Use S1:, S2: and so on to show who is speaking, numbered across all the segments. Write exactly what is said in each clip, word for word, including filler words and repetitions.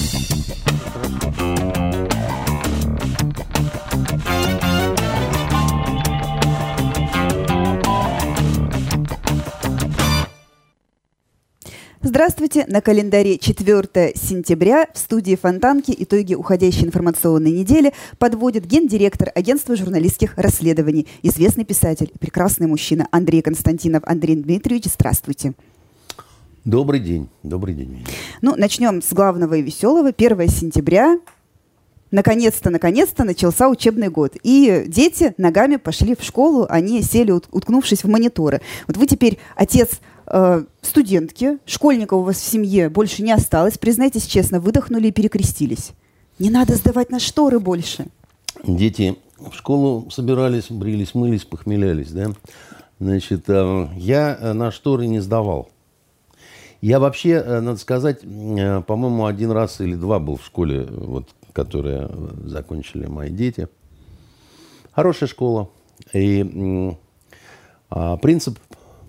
S1: Здравствуйте! На календаре четвёртое сентября. В студии Фонтанки итоги уходящей информационной недели подводит гендиректор агентства журналистских расследований, известный писатель, прекрасный мужчина Андрей Константинов. Андрей Дмитриевич, здравствуйте!
S2: Добрый день. Добрый день.
S1: Ну, начнем с главного и веселого. первое сентября. Наконец-то, наконец-то начался учебный год. И дети ногами пошли в школу, они сели, уткнувшись в мониторы. Вот вы теперь отец э, студентки, школьника у вас в семье больше не осталось. Признайтесь честно, выдохнули и перекрестились. Не надо сдавать на шторы больше.
S2: Дети в школу собирались, брились, мылись, похмелялись, да? Значит, э, я на шторы не сдавал. Я вообще, э, надо сказать, э, по-моему, один раз или два был в школе, вот, которые закончили мои дети. Хорошая школа. И а, принцип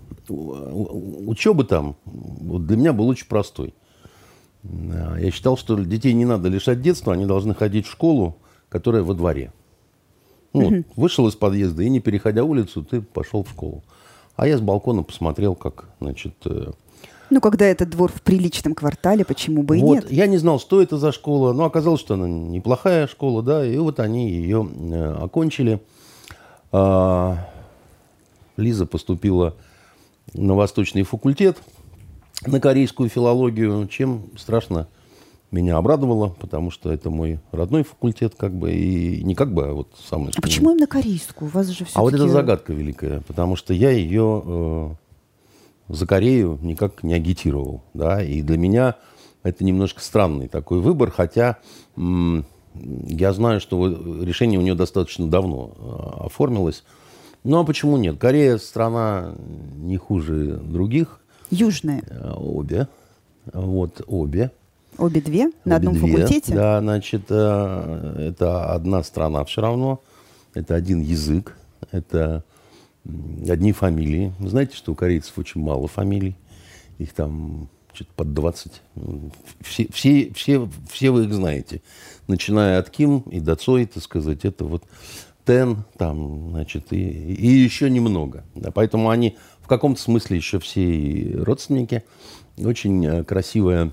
S2: учебы там вот для меня был очень простой. Я считал, что детей не надо лишать детства, они должны ходить в школу, которая во дворе. Ну, mm-hmm. вот, вышел из подъезда и, не переходя улицу, ты пошел в школу. А я с балкона посмотрел, как, значит...
S1: Ну, когда этот двор в приличном квартале, почему бы и
S2: вот,
S1: нет?
S2: Я не знал, что это за школа, но оказалось, что она неплохая школа, да, и вот они ее э, окончили. А, Лиза поступила на Восточный факультет, на корейскую филологию, чем страшно меня обрадовало, потому что это мой родной факультет, как бы, и не как бы, а вот самый...
S1: А почему именно корейскую? У вас же все-таки...
S2: А вот это загадка великая, потому что я ее... Э, за Корею никак не агитировал, да, и для меня это немножко странный такой выбор, хотя м- я знаю, что решение у нее достаточно давно э, оформилось. Ну, а почему нет? Корея страна не хуже других.
S1: Южная.
S2: Э, обе. Вот, обе.
S1: Обе две? На
S2: обе
S1: одном
S2: две.
S1: факультете?
S2: Да, значит, э, это одна страна все равно, это один язык, это... одни фамилии. Вы знаете, что у корейцев очень мало фамилий. Их там что-то под двадцать. Все, все, все, все вы их знаете. Начиная от Ким и до Цой, так сказать, это вот Тен, там, значит, и, и еще немного. Да, поэтому они в каком-то смысле еще все родственники. Очень красивая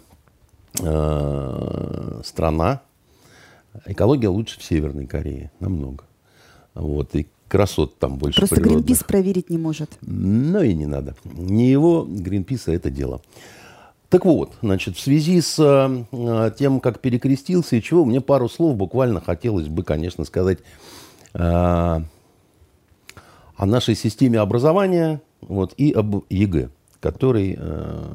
S2: э, страна. Экология лучше в Северной Корее. Намного. Вот. И красот там больше
S1: Просто
S2: природных.
S1: Гринпис проверить не может.
S2: Ну и не надо. Не его, Гринписа, это дело. Так вот, значит, в связи с э, тем, как перекрестился и чего, мне пару слов буквально хотелось бы, конечно, сказать э, о нашей системе образования вот, и об ЕГЭ, который... Э,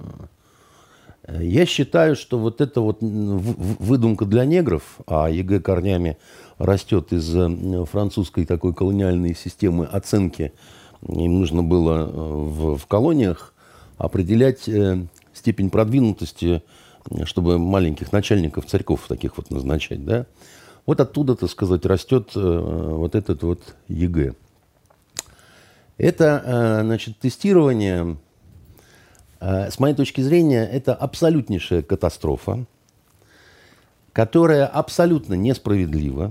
S2: я считаю, что вот это вот выдумка для негров, а ЕГЭ корнями растет из французской такой колониальной системы оценки. Им нужно было в, в колониях определять э, степень продвинутости, чтобы маленьких начальников, царьков таких вот назначать. Да? Вот оттуда, так сказать, растет э, вот этот вот ЕГЭ. Это, э, значит, тестирование... С моей точки зрения, это абсолютнейшая катастрофа, которая абсолютно несправедлива.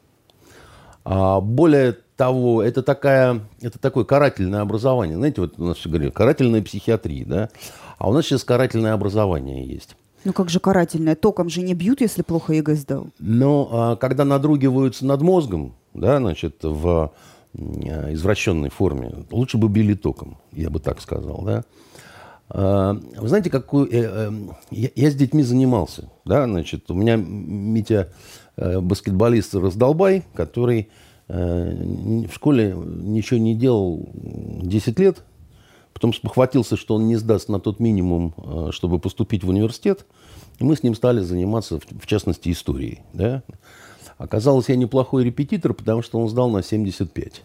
S2: Более того, это, такая, это такое карательное образование. Знаете, вот у нас все говорили, карательная психиатрия, да? А у нас сейчас карательное образование есть.
S1: Ну как же карательное? Током же не бьют, если плохо ЕГЭ сдал.
S2: Но когда надругиваются над мозгом, да, значит, в извращенной форме, лучше бы били током, я бы так сказал, да? Вы знаете, какую... я с детьми занимался. Да? Значит, у меня Митя баскетболист раздолбай, который в школе ничего не делал десять лет, потом спохватился, что он не сдаст на тот минимум, чтобы поступить в университет, и мы с ним стали заниматься, в частности, историей. Да? Оказалось, я неплохой репетитор, потому что он сдал на семьдесят пять.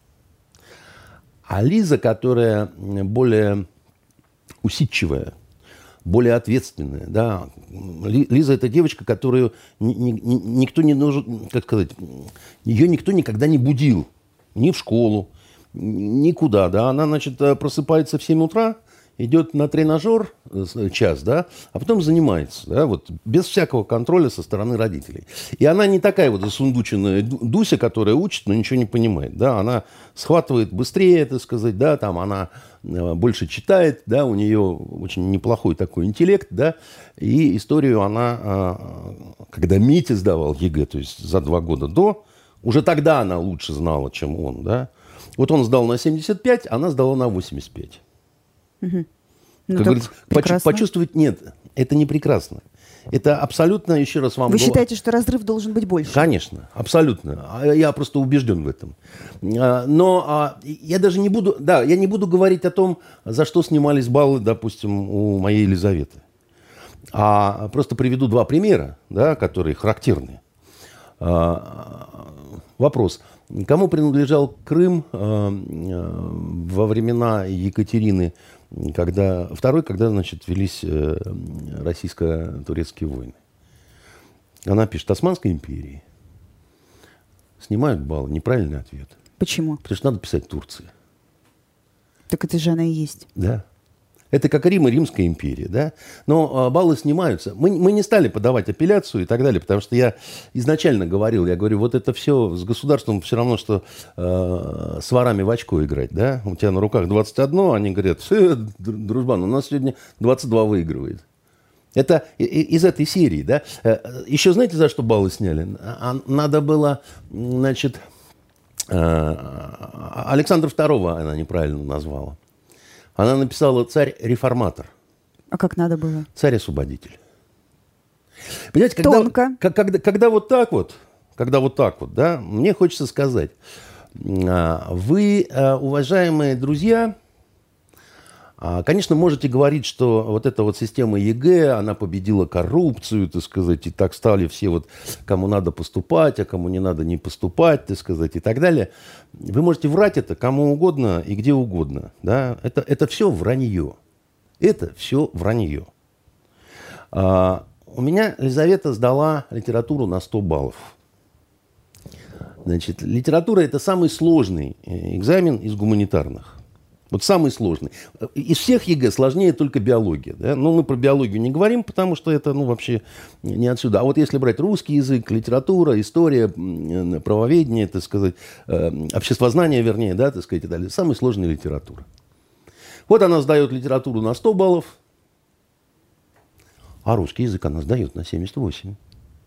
S2: А Лиза, которая более... усидчивая, более ответственная. Да. Лиза – это девочка, которую ни, ни, никто не нужен, как сказать, ее никто никогда не будил. Ни в школу, никуда. Да. Она, значит, просыпается в семь утра идет на тренажер час, да, а потом занимается, да, вот, без всякого контроля со стороны родителей. И она не такая вот засундученная Дуся, которая учит, но ничего не понимает, да, она схватывает быстрее, так сказать, да, там она больше читает, да, у нее очень неплохой такой интеллект, да, и историю она, когда Митя сдавал ЕГЭ, то есть за два года до, уже тогда она лучше знала, чем он, да. Вот он сдал на семьдесят пять, она сдала на восемьдесят пять.
S1: Угу. Ну,
S2: как говорится, поч- почувствовать нет, это не прекрасно. Это абсолютно, еще раз вам...
S1: Вы
S2: говорю,
S1: считаете, что разрыв должен быть больше?
S2: Конечно, абсолютно. Я просто убежден в этом. Но я даже не буду... Да, я не буду говорить о том, за что снимались баллы, допустим, у моей Елизаветы. А просто приведу два примера, да, которые характерны. Вопрос. Кому принадлежал Крым во времена Екатерины, когда, второй, когда, значит, велись российско-турецкие войны? Она пишет: Османской империи. Снимают баллы. Неправильный ответ.
S1: Почему?
S2: Потому что надо писать Турции.
S1: Так это же она и есть.
S2: Да. Это как Рим и Римская империя, да? Но а, баллы снимаются. Мы, мы не стали подавать апелляцию и так далее, потому что я изначально говорил, я говорю, вот это все с государством все равно, что э, с ворами в очко играть, да? У тебя на руках двадцать одно, они говорят: дружбан, у нас сегодня двадцать два выигрывает. Это из этой серии, да? Еще знаете, за что баллы сняли? Надо было, значит, Александра второго она неправильно назвала. Она написала «царь-реформатор».
S1: А как надо было?
S2: Царь-освободитель. Понимаете, когда,
S1: Тонко.
S2: Когда, когда вот так вот, когда вот так вот, да, мне хочется сказать, вы, уважаемые друзья, конечно, можете говорить, что вот эта вот система ЕГЭ, она победила коррупцию, так сказать, и так стали все вот, кому надо поступать, а кому не надо не поступать, так сказать, и так далее. Вы можете врать это кому угодно и где угодно, да, это, это все вранье. Это все вранье. А, у меня Елизавета сдала литературу на сто баллов. Значит, литература – это самый сложный экзамен из гуманитарных. Вот самый сложный. Из всех ЕГЭ сложнее только биология. Да? Но мы про биологию не говорим, потому что это, ну, вообще не отсюда. А вот если брать русский язык, литература, история, правоведение, так сказать, обществознание, вернее, да, так сказать, и далее, самая сложная литература. Вот она сдает литературу на сто баллов, а русский язык она сдает на семьдесят восемь.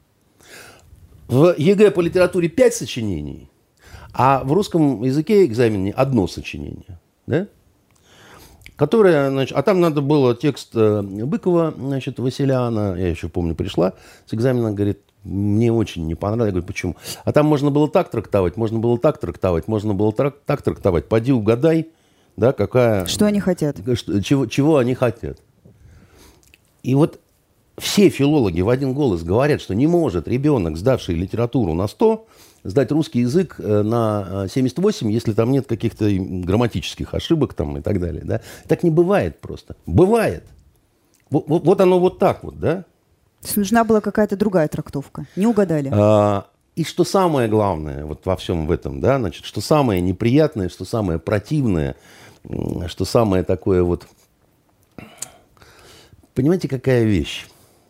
S2: В ЕГЭ по литературе пять сочинений, а в русском языке экзамене одно сочинение. Да? Которая, значит, а там надо было текст Быкова, значит, Василиана, я еще помню, пришла с экзамена, говорит, мне очень не понравилось. Я говорю, почему? А там можно было так трактовать, можно было так трактовать, можно было так, так трактовать. Поди угадай, да, какая...
S1: Что они хотят.
S2: Что, чего, чего они хотят. И вот все филологи в один голос говорят, что не может ребенок, сдавший литературу на сто, сдать русский язык на семьдесят восемь, если там нет каких-то грамматических ошибок там и так далее. Да? Так не бывает просто. Бывает. Вот, вот, вот оно вот так вот, да?
S1: То есть нужна была какая-то другая трактовка. Не угадали.
S2: А, и что самое главное вот во всем в этом, да, значит, что самое неприятное, что самое противное, что самое такое вот... Понимаете, какая вещь?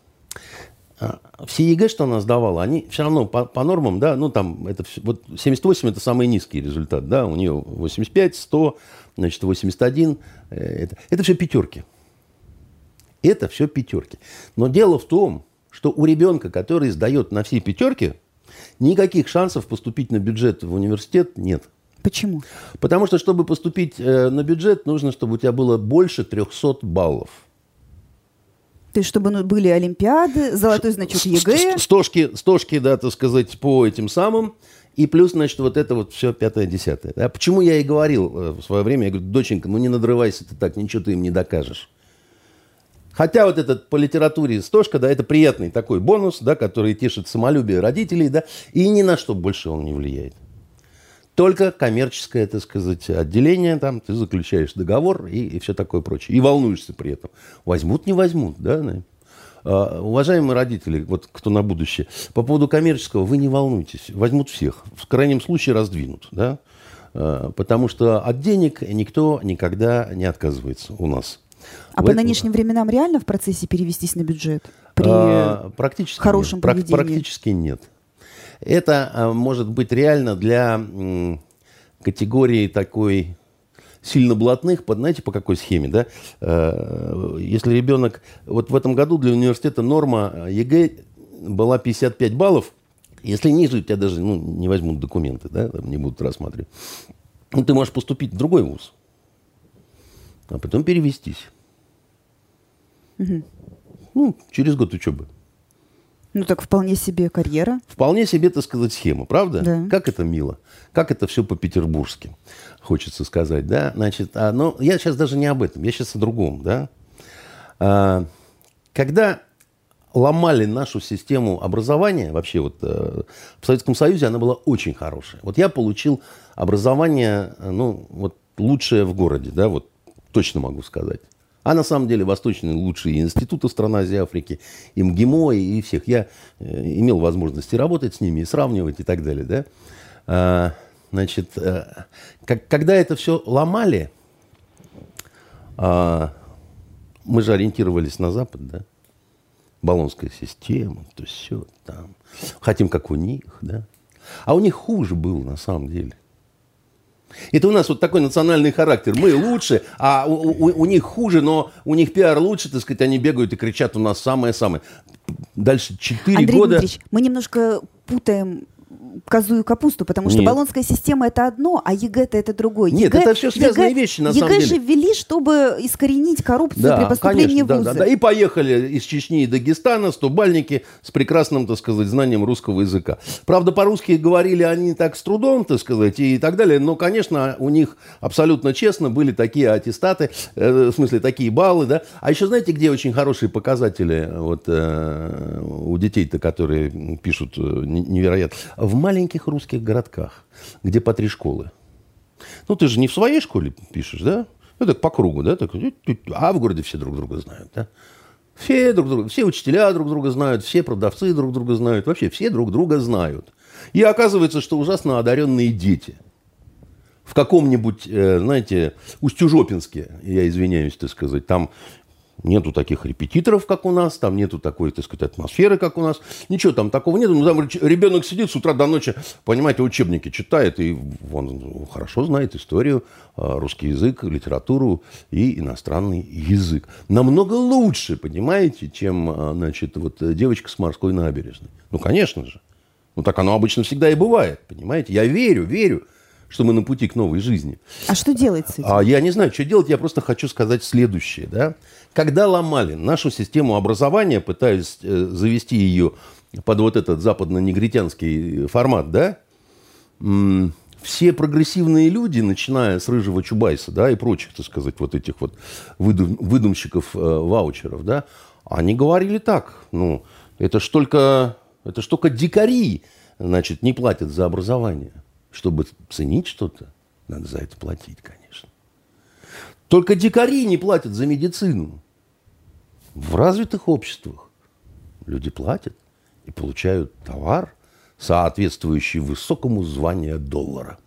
S2: Все ЕГЭ, что она сдавала, они все равно по, по нормам, да, ну там, это, вот семьдесят восемь это самый низкий результат, да, у нее восемьдесят пять, сто, значит, восемьдесят один, это, это все пятерки. Это все пятерки. Но дело в том, что у ребенка, который сдает на все пятерки, никаких шансов поступить на бюджет в университет нет.
S1: Почему? Потому
S2: что, чтобы поступить на бюджет, нужно, чтобы у тебя было больше трехсот баллов.
S1: То есть, чтобы, ну, были олимпиады, золотой значок ЕГЭ.
S2: Стошки, стошки, да, так сказать, по этим самым. И плюс, значит, вот это вот все пятое-десятое. Да? Почему я и говорил в свое время, я говорю, доченька, ну не надрывайся ты так, ничего ты им не докажешь. Хотя вот этот по литературе стошка, да, это приятный такой бонус, да, который тешит самолюбие родителей, да, и ни на что больше он не влияет. Только коммерческое, так сказать, отделение, там ты заключаешь договор и, и все такое прочее. И волнуешься при этом. Возьмут, не возьмут, да? А, уважаемые родители, вот кто на будущее, по поводу коммерческого вы не волнуйтесь. Возьмут всех. В крайнем случае раздвинут, да? А, потому что от денег никто никогда не отказывается у нас.
S1: А
S2: В
S1: по
S2: этом-
S1: нынешним временам реально в процессе перевестись на бюджет? При
S2: А, практически
S1: хорошем
S2: нет. Прак-
S1: поведении?
S2: Практически нет. Это а, может быть реально для м, категории такой сильно блатных, под- знаете, по какой схеме, да? Э, Если ребенок... Вот в этом году для университета норма ЕГЭ была пятьдесят пять баллов. Если ниже, у тебя даже ну, не возьмут документы, да, там не будут рассматривать. Ну, ты можешь поступить в другой вуз, а потом перевестись.
S1: Мгм.
S2: Ну, через год учебы.
S1: Ну так вполне себе карьера.
S2: Вполне себе, так сказать, схема, правда?
S1: Да.
S2: Как это мило. Как это все по-петербургски, хочется сказать, да? Значит, а, но я сейчас даже не об этом, я сейчас о другом, да? А, когда ломали нашу систему образования, вообще вот э, в Советском Союзе она была очень хорошая. Вот я получил образование, э, ну, вот лучшее в городе, да, вот точно могу сказать. А на самом деле восточные лучшие институты стран Азии, Африки, и МГИМО, и всех. Я э, имел возможности работать с ними и сравнивать и так далее, да. А, значит, э, как, когда это все ломали, а, мы же ориентировались на Запад, да. Болонская система, то все там. Хотим, как у них, да. А у них хуже было на самом деле. Это у нас вот такой национальный характер. Мы лучше, а у, у, у них хуже, но у них пиар лучше, так сказать, они бегают и кричат, у нас самое-самое. Дальше четыре
S1: Андрей
S2: года...
S1: Дмитриевич, мы немножко путаем козу и капусту, потому что
S2: Нет.
S1: Болонская система это одно, а ЕГЭ-то это другое.
S2: Нет,
S1: ЕГЭ
S2: это все связанные
S1: ЕГЭ
S2: вещи, на
S1: ЕГЭ
S2: самом деле.
S1: же ввели, чтобы искоренить коррупцию при поступлении
S2: конечно,
S1: в
S2: да,
S1: вузы.
S2: да, да. И поехали из Чечни и Дагестана стобальники с прекрасным, так сказать, знанием русского языка. Правда, по-русски говорили они так с трудом, так сказать, и так далее. Но, конечно, у них абсолютно честно были такие аттестаты, э, в смысле, такие баллы, да. А еще знаете, где очень хорошие показатели вот, э, у детей-то, которые пишут э, невероятно? В маленьких русских городках, где по три школы. Ну, ты же не в своей школе пишешь, да? Ну, так по кругу, да? Так, а в городе все друг друга знают, да? Все друг друга, все учителя друг друга знают, все продавцы друг друга знают, вообще все друг друга знают. И оказывается, что ужасно одаренные дети в каком-нибудь, э, знаете, Устюжопинске, я извиняюсь, так сказать, там нету таких репетиторов, как у нас, там нету такой, так сказать, атмосферы, как у нас. Ничего там такого нету. Ну, там ребенок сидит с утра до ночи, понимаете, учебники читает, и он хорошо знает историю, русский язык, литературу и иностранный язык. Намного лучше, понимаете, чем, значит, вот девочка с морской набережной. Ну, конечно же. Ну, так оно обычно всегда и бывает, понимаете. Я верю, верю, что мы на пути к новой жизни.
S1: А что делать с этим?
S2: А я не знаю, что делать, я просто хочу сказать следующее, да. Когда ломали нашу систему образования, пытаясь э, завести ее под вот этот западно-негритянский формат, да, м- все прогрессивные люди, начиная с Рыжего Чубайса, да, и прочих, так сказать, вот этих вот выдум- выдумщиков э, ваучеров, да, они говорили так, ну, это ж только, это ж только дикари, значит, не платят за образование. Чтобы ценить что-то, надо за это платить, конечно. Только дикари не платят за медицину. В развитых обществах люди платят и получают товар, соответствующий высокому званию доллара.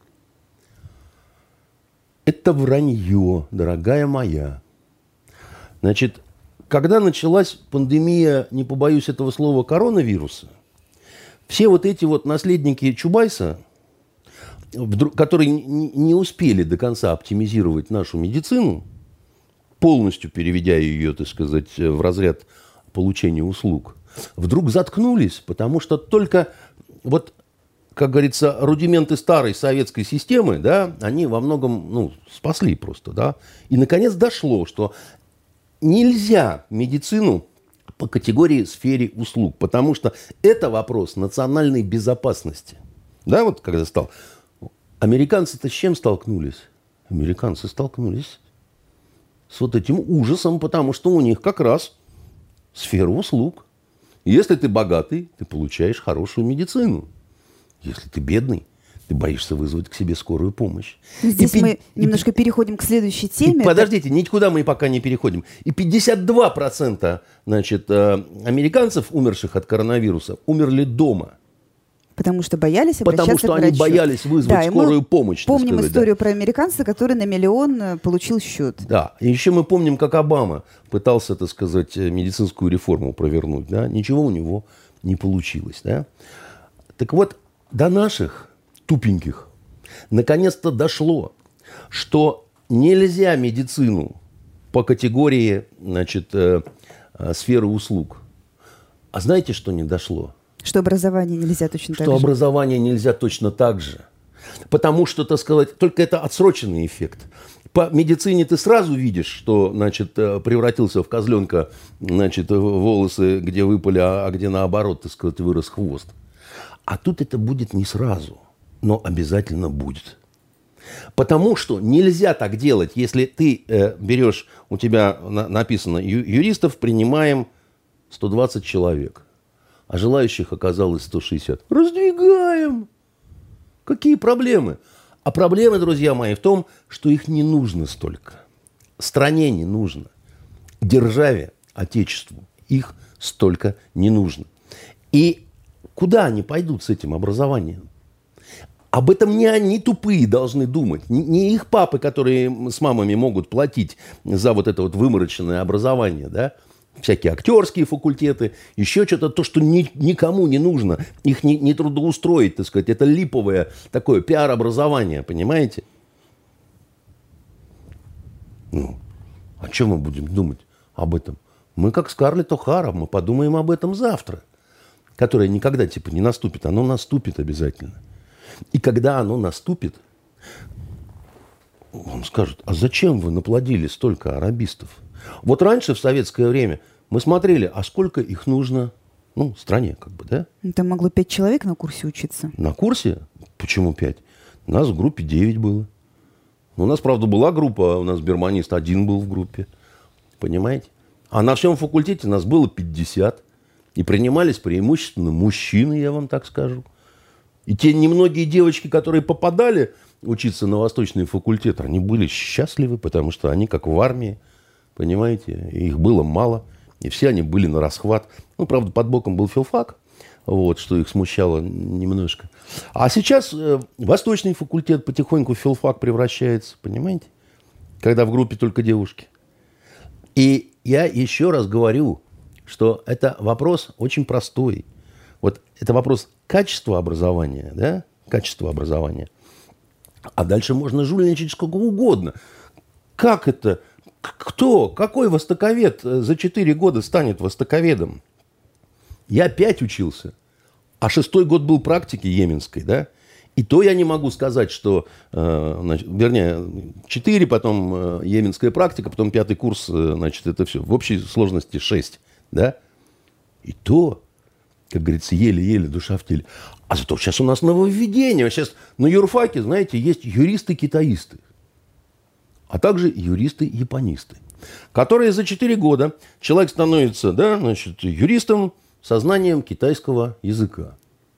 S2: Это вранье, дорогая моя. Значит, когда началась пандемия, не побоюсь этого слова, коронавируса, все вот эти вот наследники Чубайса, которые не успели до конца оптимизировать нашу медицину, полностью переведя ее, так сказать, в разряд получения услуг, вдруг заткнулись, потому что только вот, как говорится, рудименты старой советской системы, да, они во многом, ну, спасли просто, да. И, наконец, дошло, что нельзя медицину по категории сфере услуг, потому что это вопрос национальной безопасности. Да, вот когда стал... Американцы-то с чем столкнулись? Американцы столкнулись с вот этим ужасом, потому что у них как раз сфера услуг. Если ты богатый, ты получаешь хорошую медицину. Если ты бедный, ты боишься вызвать к себе скорую помощь.
S1: Здесь
S2: и
S1: мы
S2: и,
S1: немножко и, переходим к следующей теме.
S2: И, это... Подождите, никуда мы пока не переходим. И пятьдесят два процента, значит, американцев, умерших от коронавируса, умерли дома.
S1: Потому что боялись обращаться
S2: Потому что
S1: к врачу.
S2: они боялись вызвать
S1: да,
S2: скорую помощь.
S1: Помним
S2: сказать,
S1: историю
S2: да.
S1: про американца, который на миллион получил счет.
S2: Да, и еще мы помним, как Обама пытался, так сказать, медицинскую реформу провернуть. Да? Ничего у него не получилось. Да? Так вот, до наших тупеньких наконец-то дошло, что нельзя медицину по категории, значит, э, э, сферы услуг. А знаете, что не дошло?
S1: Что образование нельзя точно
S2: Что
S1: так же.
S2: Что образование нельзя точно так же. Потому что, так сказать, только это отсроченный эффект. По медицине ты сразу видишь, что, значит, превратился в козленка, значит, волосы, где выпали, а где наоборот, так сказать, вырос хвост. А тут это будет не сразу, но обязательно будет. Потому что нельзя так делать, если ты э, берешь, у тебя на, написано, ю, юристов принимаем сто двадцать человек, а желающих оказалось сто шестьдесят. Раздвигаем! Какие проблемы? А проблемы, друзья мои, в том, что их не нужно столько. Стране не нужно. Державе, отечеству их столько не нужно. И куда они пойдут с этим образованием? Об этом не они тупые должны думать. Не их папы, которые с мамами могут платить за вот это вот вымороченное образование, да? Всякие актерские факультеты, еще что-то, то, что ни, никому не нужно. Их не, не трудоустроить, так сказать. Это липовое такое пиар-образование, понимаете? Ну, о чем мы будем думать об этом? Мы как Скарлетт О'Хара, мы подумаем об этом завтра. Которое никогда типа не наступит. Оно наступит обязательно. И когда оно наступит, он скажет, а зачем вы наплодили столько арабистов? Вот раньше, в советское время, мы смотрели, а сколько их нужно, ну, стране, как бы, да?
S1: Там могло пять человек на курсе учиться.
S2: На курсе? Почему пять? У нас в группе девять было. У нас, правда, была группа, у нас берманист один был в группе. Понимаете? А на всем факультете нас было пятьдесят. И принимались преимущественно мужчины, я вам так скажу. И те немногие девочки, которые попадали учиться на восточный факультет, они были счастливы, потому что они как в армии. Понимаете, их было мало, и все они были на расхват. Ну, правда, под боком был филфак, вот, что их смущало немножко. А сейчас э, восточный факультет потихоньку в филфак превращается, понимаете, когда в группе только девушки. И я еще раз говорю, что это вопрос очень простой. Вот это вопрос качества образования, да, качества образования. А дальше можно жульничать сколько угодно. Как это... Кто, какой востоковед за четыре года станет востоковедом? Я пять учился, а шестой год был практики йеменской, да? И то я не могу сказать, что, э, значит, вернее, четыре, потом э, йеменская практика, потом пятый курс, э, значит, это все. В общей сложности шесть, да? И то, как говорится, еле-еле, душа в теле. А зато сейчас у нас нововведение. Сейчас на юрфаке, знаете, есть юристы-китаисты. А также юристы-японисты, которые за четыре года человек становится, да, значит, юристом со знанием китайского языка.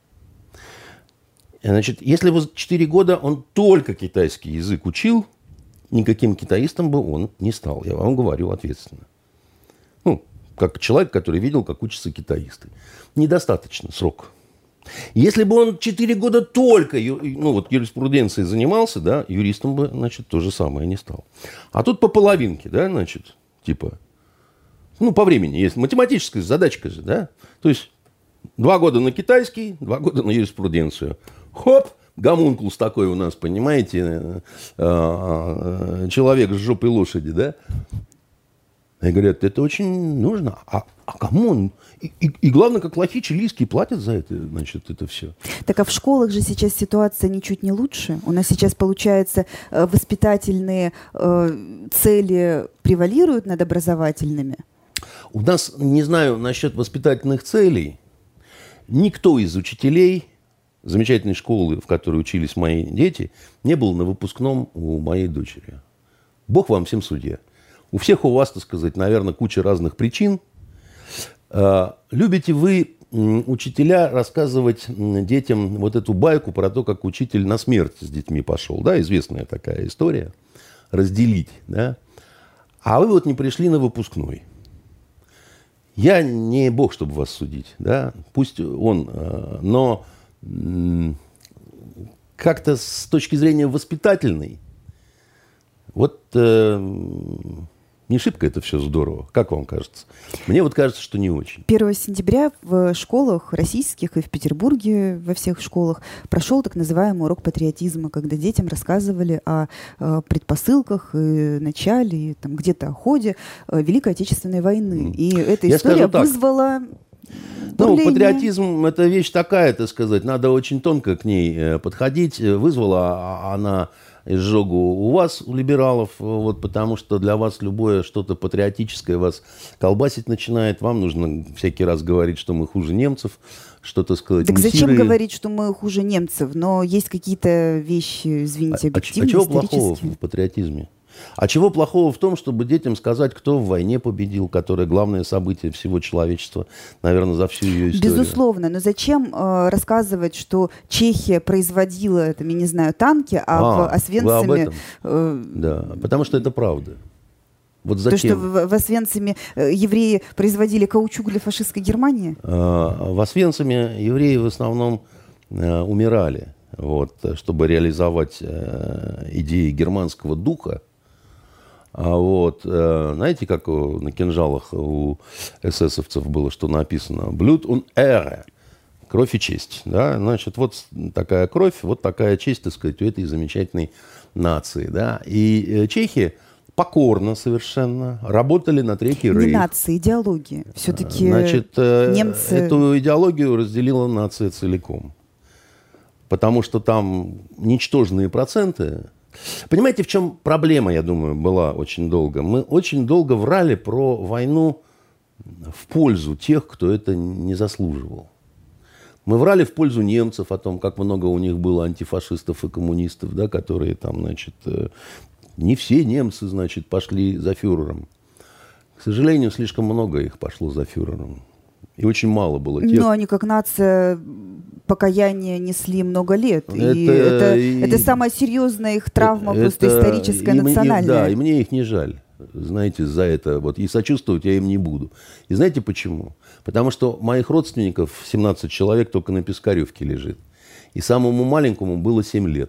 S2: Значит, если в четыре года он только китайский язык учил, никаким китаистом бы он не стал. Я вам говорю ответственно. Ну, как человек, который видел, как учатся китаисты. Недостаточно срок. Если бы он четыре года только ну, вот, юриспруденцией занимался, да, юристом бы, значит, то же самое не стал. А тут по половинке, да, значит, типа, ну, по времени есть математическая задачка же, да. То есть два года на китайский, два года на юриспруденцию. Хоп, гомункулус такой у нас, понимаете, человек с жопой лошади, да. И говорят, это очень нужно. А, а кому он? И, и, и главное, как лохи чилийские платят за это, значит, это все.
S1: Так а в школах же сейчас ситуация ничуть не лучше. У нас сейчас, получается, воспитательные э, цели превалируют над образовательными.
S2: У нас, не знаю, насчет воспитательных целей, никто из учителей замечательной школы, в которой учились мои дети, не был на выпускном у моей дочери. Бог вам всем судья. У всех у вас, так сказать, наверное, куча разных причин. Любите вы, учителя, рассказывать детям вот эту байку про то, как учитель на смерть с детьми пошел. Да, известная такая история. Разделить, да. А вы вот не пришли на выпускной. Я не Бог, чтобы вас судить, да. Пусть он, но как-то с точки зрения воспитательной, вот э, не шибко это все здорово. Как вам кажется? Мне вот кажется, что не очень.
S1: первого сентября в школах российских и в Петербурге во всех школах прошел так называемый урок патриотизма, когда детям рассказывали о, о предпосылках, и начале, и там, где-то о ходе Великой Отечественной войны. И эта
S2: Я
S1: история
S2: так,
S1: вызвала...
S2: Ну, патриотизм – это вещь такая, так сказать, надо очень тонко к ней подходить. Вызвала она изжогу у вас, у либералов, вот, потому что для вас любое что-то патриотическое вас колбасить начинает. Вам нужно всякий раз говорить, что мы хуже немцев, что-то сказать.
S1: Так зачем
S2: сирые.
S1: говорить, что мы хуже немцев? Но есть какие-то вещи, извините, объективные,
S2: а, а чего
S1: исторические.
S2: плохого в патриотизме? А чего плохого в том, чтобы детям сказать, кто в войне победил, которое главное событие всего человечества, наверное, за всю ее историю?
S1: Безусловно, но зачем э, рассказывать, что Чехия производила, там, я не знаю, танки, а,
S2: а
S1: в Освенциме...
S2: Э, да, потому что это правда. Вот зачем?
S1: То, что в, в Освенциме э, евреи производили каучук для фашистской Германии?
S2: А, в Освенциме евреи в основном э, умирали, вот, чтобы реализовать э, идеи германского духа. А вот, э, знаете, как у, на кинжалах у эсэсовцев было, что написано? «Blut und Ehre» – кровь и честь. Да? Значит, вот такая кровь, вот такая честь, так сказать, у этой замечательной нации. Да? И э, чехи покорно совершенно работали на Третий Рейх.
S1: Не нация, идеология. Все-таки
S2: Значит, э,
S1: немцы...
S2: эту идеологию разделила нация целиком. Потому что там ничтожные проценты... Понимаете, в чем проблема, я думаю, была очень долго? Мы очень долго врали про войну в пользу тех, кто это не заслуживал. Мы врали в пользу немцев о том, как много у них было антифашистов и коммунистов, да, которые там, значит, не все немцы, значит, пошли за фюрером. К сожалению, слишком много их пошло за фюрером. И очень мало было тех...
S1: Но они как нация покаяния несли много лет.
S2: Это,
S1: и это,
S2: и...
S1: это самая серьезная их травма,
S2: это,
S1: просто историческая,
S2: и,
S1: национальная.
S2: И, да, и мне их не жаль. Знаете, за это. Вот, и сочувствовать я им не буду. И знаете почему? Потому что моих родственников семнадцать человек только на Пискаревке лежит. И самому маленькому было семь лет.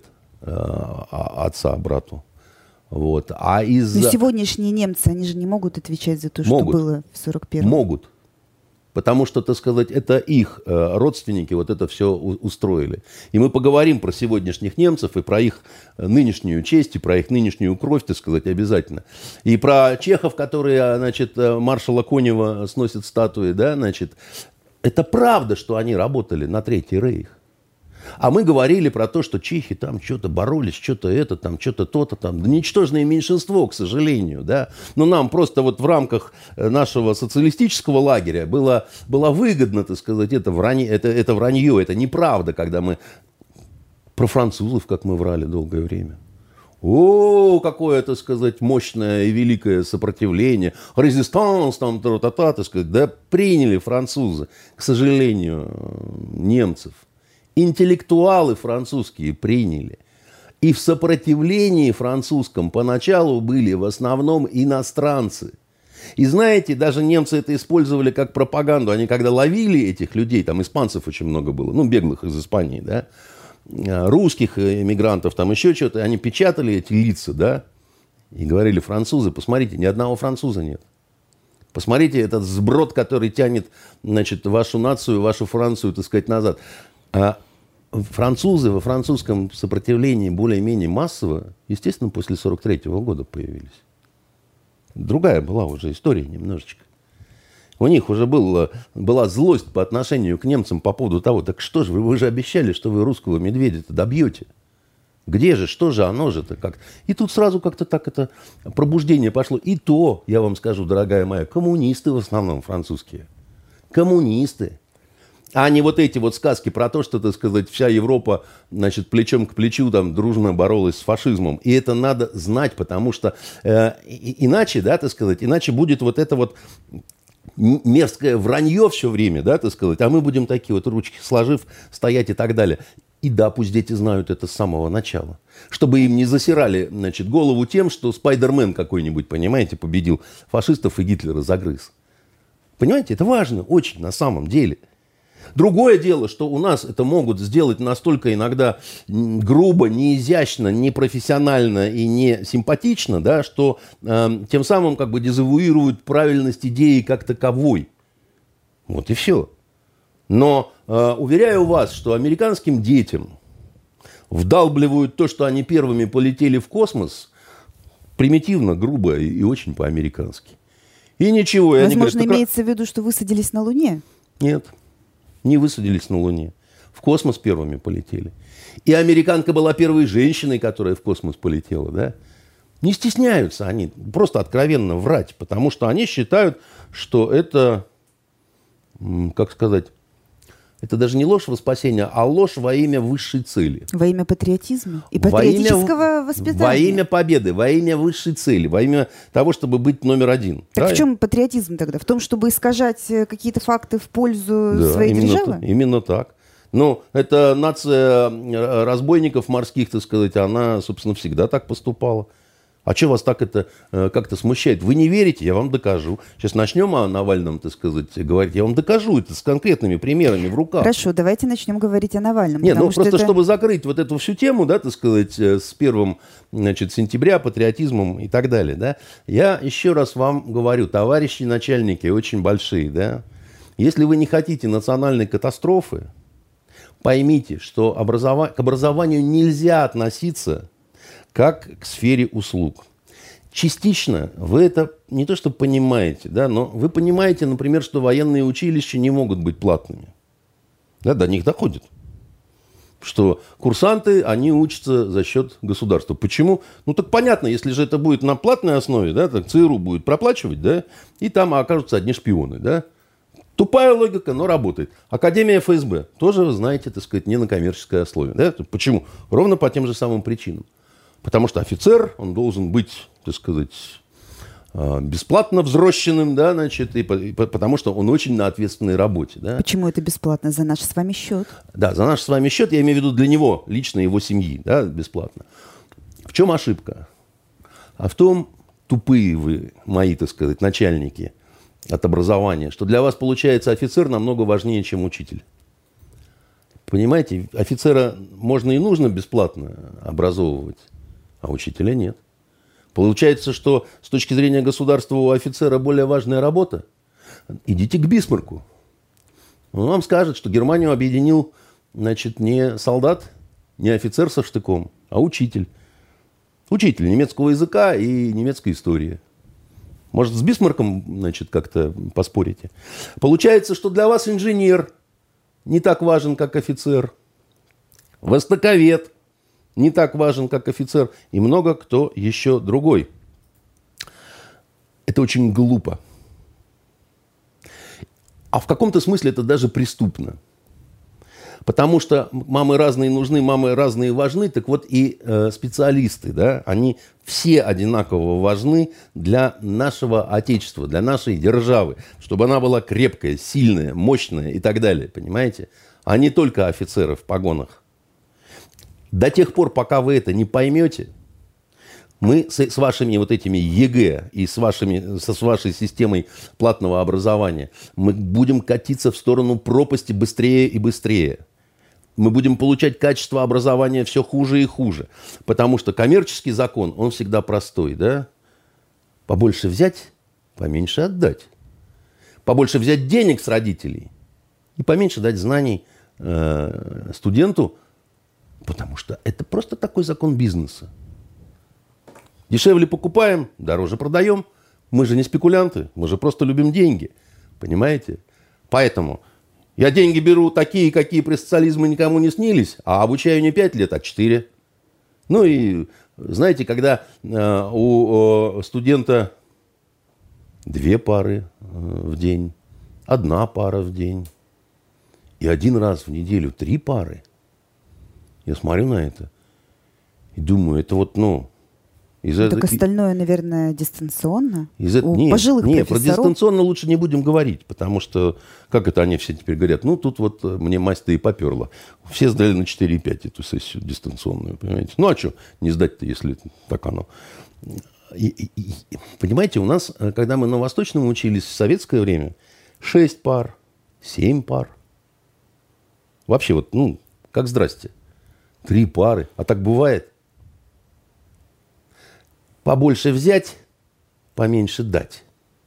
S2: Отца, брату. Вот. А из-за...
S1: Но сегодняшние немцы, они же не могут отвечать за то, что
S2: могут.
S1: было в сорок первом.
S2: Могут. Потому что, так сказать, это их э, родственники вот это все у- устроили. И мы поговорим про сегодняшних немцев и про их нынешнюю честь, и про их нынешнюю кровь, так сказать, обязательно. И про чехов, которые, значит, маршала Конева сносят статуи, да, значит. Это правда, что они работали на Третий Рейх. А мы говорили про то, что чехи там что-то боролись, что-то это, там, что-то то-то там. Да ничтожное меньшинство, к сожалению, да. Но нам просто вот в рамках нашего социалистического лагеря было, было выгодно, так сказать, это вранье, это, это вранье, это неправда, когда мы про французов, как мы врали долгое время. О, какое, так сказать, мощное и великое сопротивление. Резистанс, там, та-та-та, так сказать. Да приняли французы, к сожалению, немцев. Интеллектуалы французские приняли. И в сопротивлении французском поначалу были в основном иностранцы. И знаете, даже немцы это использовали как пропаганду. Они когда ловили этих людей, там испанцев очень много было, ну, беглых из Испании, да, русских эмигрантов, там еще что-то, они печатали эти лица, да, и говорили: французы, посмотрите, ни одного француза нет. Посмотрите этот сброд, который тянет, значит, вашу нацию, вашу Францию, так сказать, назад. А французы во французском сопротивлении более-менее массово, естественно, после сорок третьего года появились. Другая была уже история немножечко. У них уже было, была злость по отношению к немцам по поводу того: так что же, вы, вы же обещали, что вы русского медведя-то добьете. Где же, что же оно же-то как? И тут сразу как-то так это пробуждение пошло. И то, я вам скажу, дорогая моя, коммунисты в основном французские. Коммунисты. А не вот эти вот сказки про то, что, так сказать, вся Европа, значит, плечом к плечу там дружно боролась с фашизмом. И это надо знать, потому что э, иначе, да, так сказать, иначе будет вот это вот мерзкое вранье все время, да, так сказать, а мы будем такие вот ручки сложив стоять и так далее. И да, пусть дети знают это с самого начала. Чтобы им не засирали, значит, голову тем, что Спайдермен какой-нибудь, понимаете, победил фашистов и Гитлера загрыз. Понимаете, это важно очень на самом деле. Другое дело, что у нас это могут сделать настолько иногда грубо, неизящно, непрофессионально и не симпатично, да, что э, тем самым как бы дезавуируют правильность идеи как таковой. Вот и все. Но э, уверяю вас, что американским детям вдалбливают то, что они первыми полетели в космос, примитивно, грубо и, и очень по-американски. И ничего.
S1: Возможно,
S2: говорят,
S1: имеется в виду, что высадились на Луне?
S2: Нет, не высадились на Луне. В космос первыми полетели. И американка была первой женщиной, которая в космос полетела. Да? Не стесняются они просто откровенно врать, потому что они считают, что это, как сказать, это даже не ложь во спасение, а ложь во имя высшей цели.
S1: Во имя патриотизма и патриотического
S2: во имя,
S1: воспитания.
S2: Во имя победы, во имя высшей цели, во имя того, чтобы быть номер один.
S1: Так
S2: правильно?
S1: в чем патриотизм тогда? В том, чтобы искажать какие-то факты в пользу
S2: Да,
S1: своей
S2: именно
S1: державы?
S2: Т- именно так. Ну, это нация разбойников морских, так сказать, она, собственно, всегда так поступала. А что вас так это э, как-то смущает? Вы не верите, я вам докажу. Сейчас начнем о Навальном, так сказать, говорить. Я вам докажу это с конкретными примерами в руках.
S1: Хорошо, давайте начнем говорить о Навальном.
S2: Нет, ну
S1: что
S2: просто
S1: это...
S2: чтобы закрыть вот эту всю тему, да, так сказать, с первым, значит, сентября, патриотизмом и так далее, да, я еще раз вам говорю, товарищи начальники очень большие, да, если вы не хотите национальной катастрофы, поймите, что образова... к образованию нельзя относиться как к сфере услуг. Частично вы это не то что понимаете, да, но вы понимаете, например, что военные училища не могут быть платными. Да, до них доходит. Что курсанты, они учатся за счет государства. Почему? Ну, так понятно, если же это будет на платной основе, да, так ЦРУ будет проплачивать, да, и там окажутся одни шпионы, да. Тупая логика, но работает. Академия эф эс бэ тоже, вы знаете, так сказать, не на коммерческой основе. Да? Почему? Ровно по тем же самым причинам. Потому что офицер, он должен быть, так сказать, бесплатно взрощенным, да, значит, и, и потому что он очень на ответственной работе. Да?
S1: Почему это бесплатно? За наш с вами счет?
S2: Да, за наш с вами счет, я имею в виду для него, лично его семьи, да, бесплатно. В чем ошибка? А в том, тупые вы, мои, так сказать, начальники от образования, что для вас, получается, офицер намного важнее, чем учитель. Понимаете, офицера можно и нужно бесплатно образовывать, а учителя нет. Получается, что с точки зрения государства у офицера более важная работа. Идите к Бисмарку. Он вам скажет, что Германию объединил, значит, не солдат, не офицер со штыком, а учитель. Учитель немецкого языка и немецкой истории. Может, с Бисмарком, значит, как-то поспорите. Получается, что для вас инженер не так важен, как офицер. Востоковед не так важен, как офицер. И много кто еще другой. Это очень глупо. А в каком-то смысле это даже преступно. Потому что мамы разные нужны, мамы разные важны. Так вот и э, специалисты, да, они все одинаково важны для нашего Отечества, для нашей державы. Чтобы она была крепкая, сильная, мощная и так далее, понимаете? А не только офицеры в погонах. До тех пор, пока вы это не поймете, мы с, с вашими вот этими ЕГЭ и с, вашими, с вашей системой платного образования, мы будем катиться в сторону пропасти быстрее и быстрее. Мы будем получать качество образования все хуже и хуже. Потому что коммерческий закон, он всегда простой, да? Побольше взять, поменьше отдать. Побольше взять денег с родителей и поменьше дать знаний э, студенту, потому что это просто такой закон бизнеса. Дешевле покупаем, дороже продаем. Мы же не спекулянты, мы же просто любим деньги. Понимаете? Поэтому я деньги беру такие, какие при социализме никому не снились, а обучаю не пять лет, а четыре. Ну и знаете, когда э, у э, студента две пары э, в день, одна пара в день и один раз в неделю три пары, я смотрю на это и думаю, это вот, ну... Из
S1: так
S2: это...
S1: остальное, наверное, дистанционно?
S2: Из это...
S1: У
S2: Нет,
S1: пожилых
S2: нет, про
S1: профессоров...
S2: дистанционно лучше не будем говорить, потому что, как это они все теперь говорят, ну, тут вот мне мазь-то и поперла. Все сдали на четыре и пять эту сессию дистанционную, понимаете? Ну, а что не сдать-то, если так оно? И, и, и, понимаете, у нас, когда мы на Восточном учились в советское время, шесть пар, семь пар. Вообще вот, ну, как здрасте. Три пары. А так бывает? Побольше взять, поменьше дать.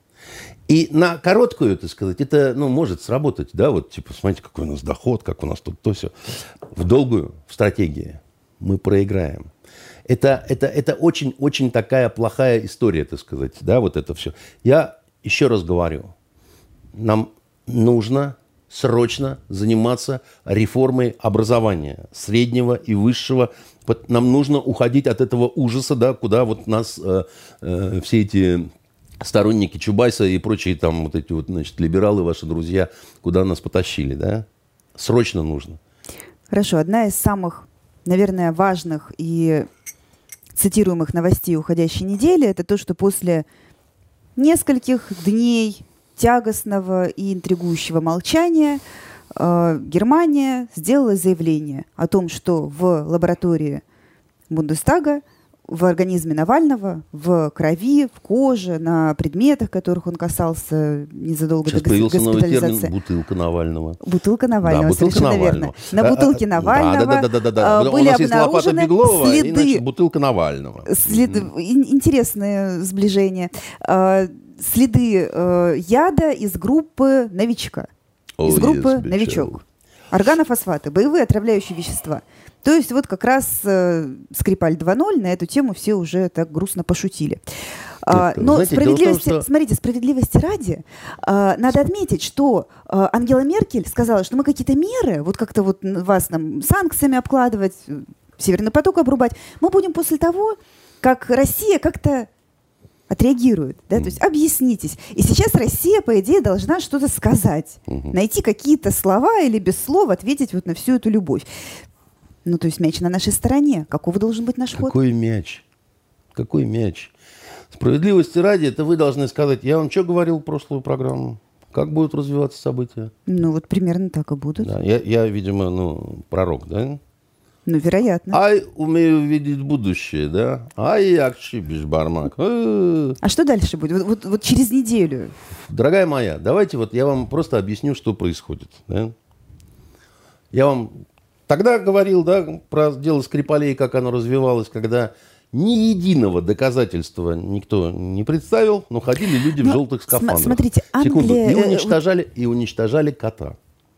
S2: И на короткую, так сказать, это, ну, может сработать, да, вот, типа, смотрите, какой у нас доход, как у нас тут то все. В долгую, в стратегии мы проиграем. Это, это, это очень-очень такая плохая история, так сказать, да, вот это все. Я еще раз говорю, нам нужно срочно заниматься реформой образования, среднего и высшего. Нам нужно уходить от этого ужаса, да, куда вот нас э, э, все эти сторонники Чубайса и прочие там вот эти вот, значит, либералы, ваши друзья, куда нас потащили, да? Срочно нужно.
S1: Хорошо. Одна из самых, наверное, важных и цитируемых новостей уходящей недели — это то, что после нескольких дней тягостного и интригующего молчания э, Германия сделала заявление о том, что в лаборатории Бундестага, в организме Навального, в крови, в коже, на предметах, которых он касался незадолго
S2: Сейчас
S1: до
S2: появился
S1: госпитализации.
S2: новый термин «бутылка Навального».
S1: Бутылка Навального,
S2: да, бутылка
S1: совершенно
S2: Навального.
S1: верно. На бутылке
S2: а,
S1: Навального
S2: да, да, да, да, да, да.
S1: были
S2: У нас есть лопата
S1: обнаружены
S2: Беглова,
S1: следы,
S2: и, значит, бутылка Навального.
S1: Следы, mm-hmm. Интересное сближение. Следы яда из группы «Новичка». Из
S2: Oh,
S1: группы
S2: yes,
S1: «Новичок». Органофосфаты, боевые отравляющие вещества. То есть вот как раз э, Скрипаль два ноль, на эту тему все уже так грустно пошутили. А, но знаете, справедливости, том, что... смотрите, справедливости ради, а, надо отметить, что а, Ангела Меркель сказала, что мы какие-то меры, вот как-то вот вас нам санкциями обкладывать, Северный поток обрубать, мы будем после того, как Россия как-то отреагирует, да, mm. то есть объяснитесь. И сейчас Россия, по идее, должна что-то сказать, mm-hmm. найти какие-то слова или без слов ответить вот на всю эту любовь. Ну, то есть мяч на нашей стороне. Каков должен быть наш ход?
S2: Какой мяч? Какой мяч? Справедливости ради, это вы должны сказать. Я вам что говорил в прошлую программу? Как будут развиваться события?
S1: Ну, вот примерно так и будут.
S2: Да, я, я, видимо, ну, пророк, да?
S1: Ну, вероятно.
S2: Ай, умею видеть будущее, да? Ай, як шибиш, бармак.
S1: А что дальше будет? Вот, вот, вот через неделю.
S2: Дорогая моя, давайте вот я вам просто объясню, что происходит. Да? Я вам тогда говорил, да, про дело Скрипалей, как оно развивалось, когда ни единого доказательства никто не представил, но ходили люди но, в желтых скафандрах.
S1: Смотрите, Англия...
S2: Секунду. И уничтожали, и уничтожали кота.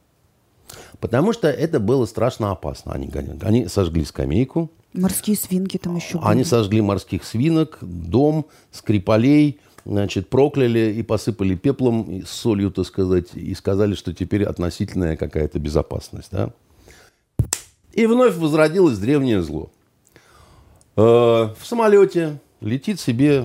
S2: Потому что это было страшно опасно. Они, они сожгли скамейку.
S1: Морские свинки там еще были.
S2: Они сожгли морских свинок, дом, Скрипалей, значит, прокляли и посыпали пеплом, и солью, так сказать, и сказали, что теперь относительная какая-то безопасность. Да? И вновь возродилось древнее зло. В самолете летит себе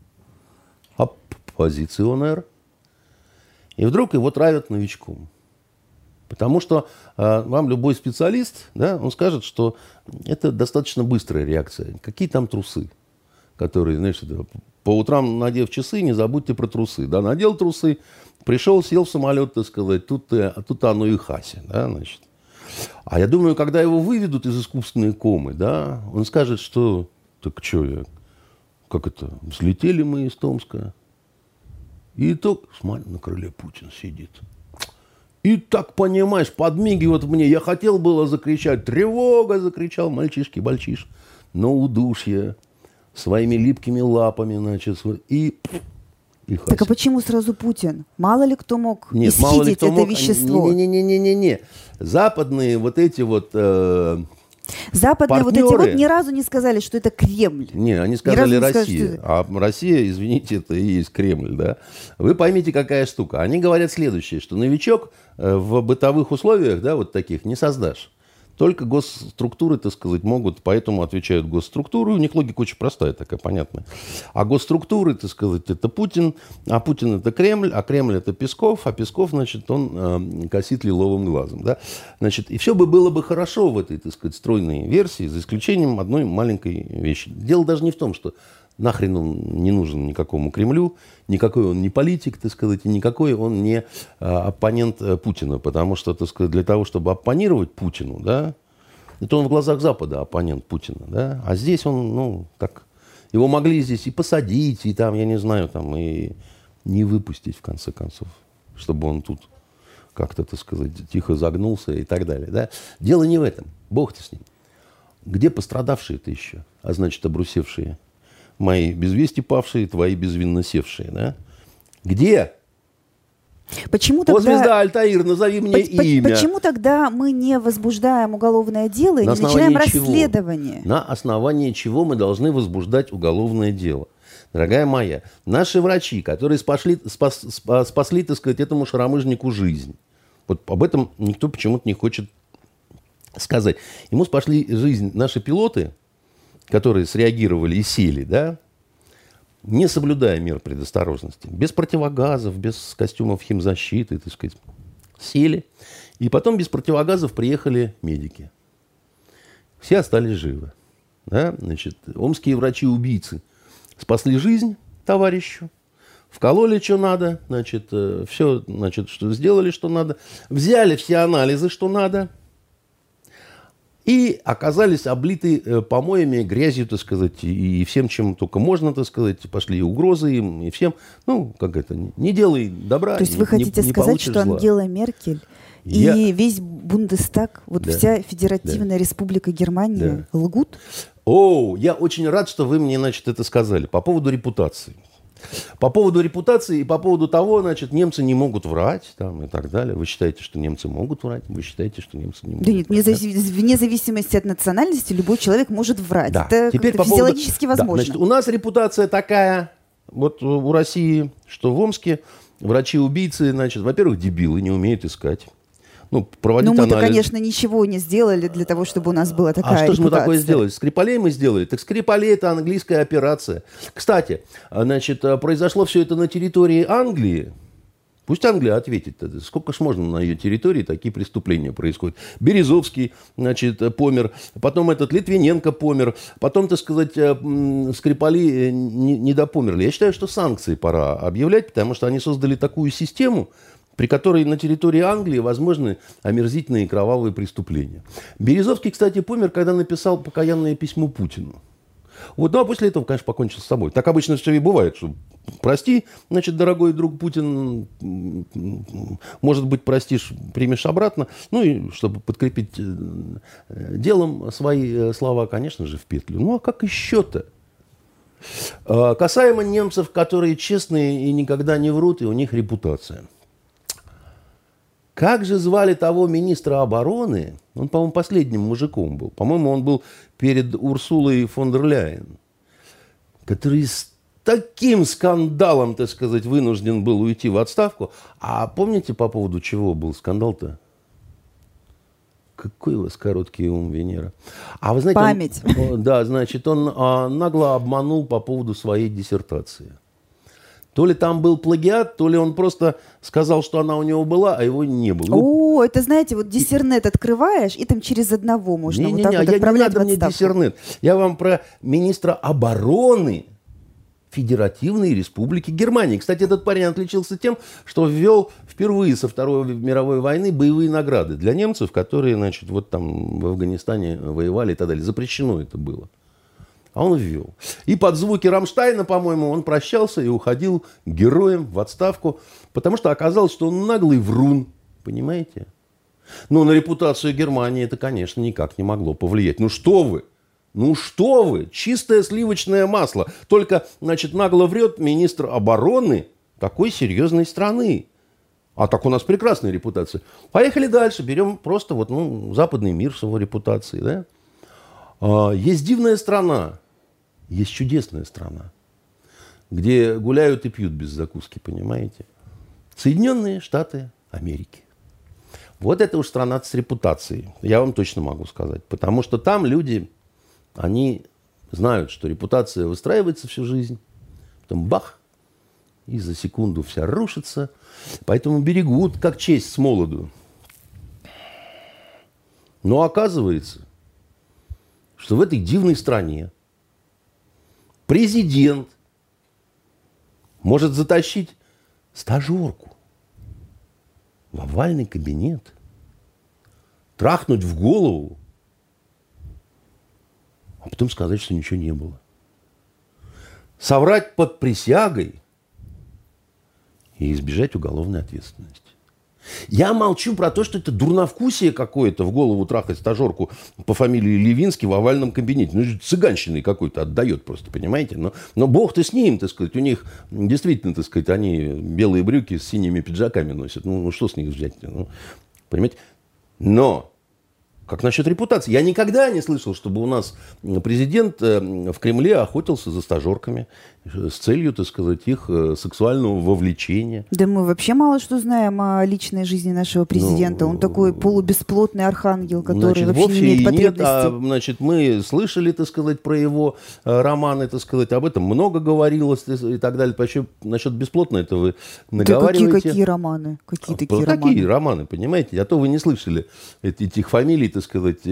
S2: оппозиционер, и вдруг его травят новичком. Потому что э, вам любой специалист, да, он скажет, что это достаточно быстрая реакция. Какие там трусы, которые, знаешь, это, по утрам, надев часы, не забудьте про трусы. Да, надел трусы, пришел, сел в самолет, так сказать, тут, а тут оно и хаси, да, значит. А я думаю, когда его выведут из искусственной комы, да, он скажет, что, так что я, как это, взлетели мы из Томска, и то, смотри, на крыле Путин сидит. И так, понимаешь, подмигивает мне. Я хотел было закричать. Тревога! Закричал мальчишки-бальчиш. Но удушье. Своими липкими лапами, значит. И... и
S1: так а почему сразу Путин? Мало ли кто мог
S2: Нет,
S1: исхитрить
S2: мало ли кто
S1: это
S2: мог...
S1: вещество.
S2: Не-не-не-не-не-не. Западные вот эти вот... Э...
S1: Западные
S2: партнеры...
S1: вот эти вот ни разу не сказали, что это Кремль.
S2: Не, они сказали Россия.
S1: Сказали, что...
S2: А Россия, извините, это и есть Кремль, да? Вы поймите, какая штука. Они говорят следующее, что новичок в бытовых условиях, да, вот таких, не создашь. Только госструктуры, так сказать, могут, поэтому отвечают госструктуры. У них логика очень простая такая, понятная. А госструктуры, так сказать, это Путин, а Путин это Кремль, а Кремль это Песков, а Песков, значит, он э, косит лиловым глазом. Да? Значит, и все бы было бы хорошо в этой, так сказать, стройной версии, за исключением одной маленькой вещи. Дело даже не в том, что нахрен он не нужен никакому Кремлю, никакой он не политик, так сказать, и никакой он не а, оппонент а, Путина. Потому что, так сказать, для того, чтобы оппонировать Путину, да, это он в глазах Запада оппонент Путина, да, а здесь он, ну, так, его могли здесь и посадить, и там, я не знаю, там, и не выпустить, в конце концов, чтобы он тут как-то, так сказать, тихо загнулся и так далее. Да? Дело не в этом. Бог-то с ним. Где пострадавшие-то еще? А значит, обрусевшие. Мои без вести павшие, твои безвинно севшие. Да? Где?
S1: Почему
S2: О,
S1: тогда...
S2: звезда Альтаир, назови мне
S1: по-
S2: имя.
S1: Почему тогда мы не возбуждаем уголовное дело и
S2: На
S1: не начинаем
S2: основании чего?
S1: расследование?
S2: На основании чего мы должны возбуждать уголовное дело? Дорогая моя, наши врачи, которые спасли, спас, спас- спасли, так сказать, этому шаромыжнику жизнь, вот об этом никто почему-то не хочет сказать. Ему спасли жизнь наши пилоты, которые среагировали и сели, да, не соблюдая мер предосторожности, без противогазов, без костюмов химзащиты, так сказать, сели. И потом без противогазов приехали медики. Все остались живы. Да? Значит, омские врачи-убийцы спасли жизнь товарищу, вкололи, что надо, значит, все, значит, что сделали, что надо, взяли все анализы, что надо, и оказались облиты э, помоями, грязью, так сказать, и, и всем, чем только можно, так сказать. Пошли и угрозы им, и всем. Ну, как это, не делай добра.
S1: То есть
S2: не,
S1: вы хотите
S2: не, не
S1: сказать, что
S2: зла.
S1: Ангела Меркель
S2: Я...
S1: и весь Бундестаг, вот
S2: Да.
S1: вся Федеративная
S2: Да.
S1: Республика Германия
S2: Да.
S1: лгут?
S2: О, я очень рад, что вы мне, значит, это сказали. По поводу репутации. По поводу репутации и по поводу того, значит, немцы не могут врать там, и так далее. Вы считаете, что немцы могут врать? Вы считаете, что немцы не могут
S1: Да нет, вне,
S2: врать?
S1: зави- вне зависимости от национальности любой человек может врать.
S2: Да.
S1: Это
S2: Теперь
S1: как-то
S2: по поводу-
S1: физиологически
S2: Да,
S1: возможно.
S2: значит, у нас репутация такая, вот у России, что в Омске врачи-убийцы, значит, во-первых, дебилы, не умеют искать. Ну, проводить
S1: Ну, мы-то,
S2: анализ.
S1: конечно, ничего не сделали для того, чтобы у нас была такая
S2: А что же мы
S1: репутация.
S2: такое сделали? Скрипалей мы сделали? Так Скрипалей – это английская операция. Кстати, значит, произошло все это на территории Англии. Пусть Англия ответит. Сколько ж можно на ее территории такие преступления происходят? Березовский, значит, помер. Потом этот Литвиненко помер. Потом, так сказать, Скрипали не, не допомерли. Я считаю, что санкции пора объявлять, потому что они создали такую систему, при которой на территории Англии возможны омерзительные и кровавые преступления. Березовский, кстати, помер, когда написал покаянное письмо Путину. Вот, ну, а после этого, конечно, покончил с собой. Так обычно все и бывает, что прости, значит, дорогой друг Путин, может быть, простишь, примешь обратно. Ну, и чтобы подкрепить делом свои слова, конечно же, в петлю. Ну, а как еще-то? Касаемо немцев, которые честные и никогда не врут, и у них репутация. Как же звали того министра обороны? Он, по-моему, последним мужиком был. По-моему, он был перед Урсулой фон дер Ляйен, который с таким скандалом, так сказать, вынужден был уйти в отставку. А помните, по поводу чего был скандал-то? Какой у вас короткий ум, Венера. А вы знаете,
S1: Память.
S2: Он, да, значит, он а, нагло обманул по поводу своей диссертации. То ли там был плагиат, то ли он просто сказал, что она у него была, а его не было.
S1: О, это, знаете, вот диссернет открываешь, и там через одного можно
S2: не,
S1: вот
S2: не,
S1: так
S2: не,
S1: вот
S2: я, не
S1: отправлять
S2: надо
S1: в
S2: мне
S1: отставку.
S2: диссернет. Я вам про министра обороны Федеративной Республики Германии. Кстати, этот парень отличился тем, что ввел впервые со Второй мировой войны боевые награды для немцев, которые, значит, вот там в Афганистане воевали и так далее. Запрещено это было. А он ввел. И под звуки Рамштайна, по-моему, он прощался и уходил героем в отставку, потому что оказалось, что он наглый врун. Понимаете? Но на репутацию Германии это, конечно, никак не могло повлиять. Ну что вы? Ну что вы? Чистое сливочное масло. Только, значит, нагло врет министр обороны такой серьезной страны. А так у нас прекрасная репутация. Поехали дальше. Берем просто вот, ну, западный мир с его репутацией, да? Есть дивная страна, есть чудесная страна, где гуляют и пьют без закуски, понимаете? Соединенные Штаты Америки. Вот это уж страна с репутацией, я вам точно могу сказать. Потому что там люди, они знают, что репутация выстраивается всю жизнь, потом бах, и за секунду вся рушится. Поэтому берегут, как честь с молоду. Но оказывается, что в этой дивной стране президент может затащить стажерку в овальный кабинет, трахнуть в голову, а потом сказать, что ничего не было. Соврать под присягой и избежать уголовной ответственности. Я молчу про то, что это дурновкусие какое-то в голову трахать стажерку по фамилии Левинский в овальном кабинете. Ну, цыганщиной какой-то отдает просто, понимаете? Но, но бог-то с ним, так сказать. У них действительно, так сказать, они белые брюки с синими пиджаками носят. Ну, ну что с них взять? Ну, понимаете? Но... Как насчет репутации? Я никогда не слышал, чтобы у нас президент в Кремле охотился за стажерками с целью, так сказать, их сексуального вовлечения.
S1: Да мы вообще мало что знаем о личной жизни нашего президента. Ну, он такой полубесплотный архангел, который
S2: значит,
S1: вообще не имеет потребности. Нет,
S2: а, значит, мы слышали, так сказать, про его романы, так сказать, об этом много говорилось и так далее. Насчет, насчет бесплотно это вы наговариваете.
S1: Да какие, какие романы? Какие такие
S2: романы?
S1: Какие
S2: романы, понимаете? А то вы не слышали этих фамилий, так сказать,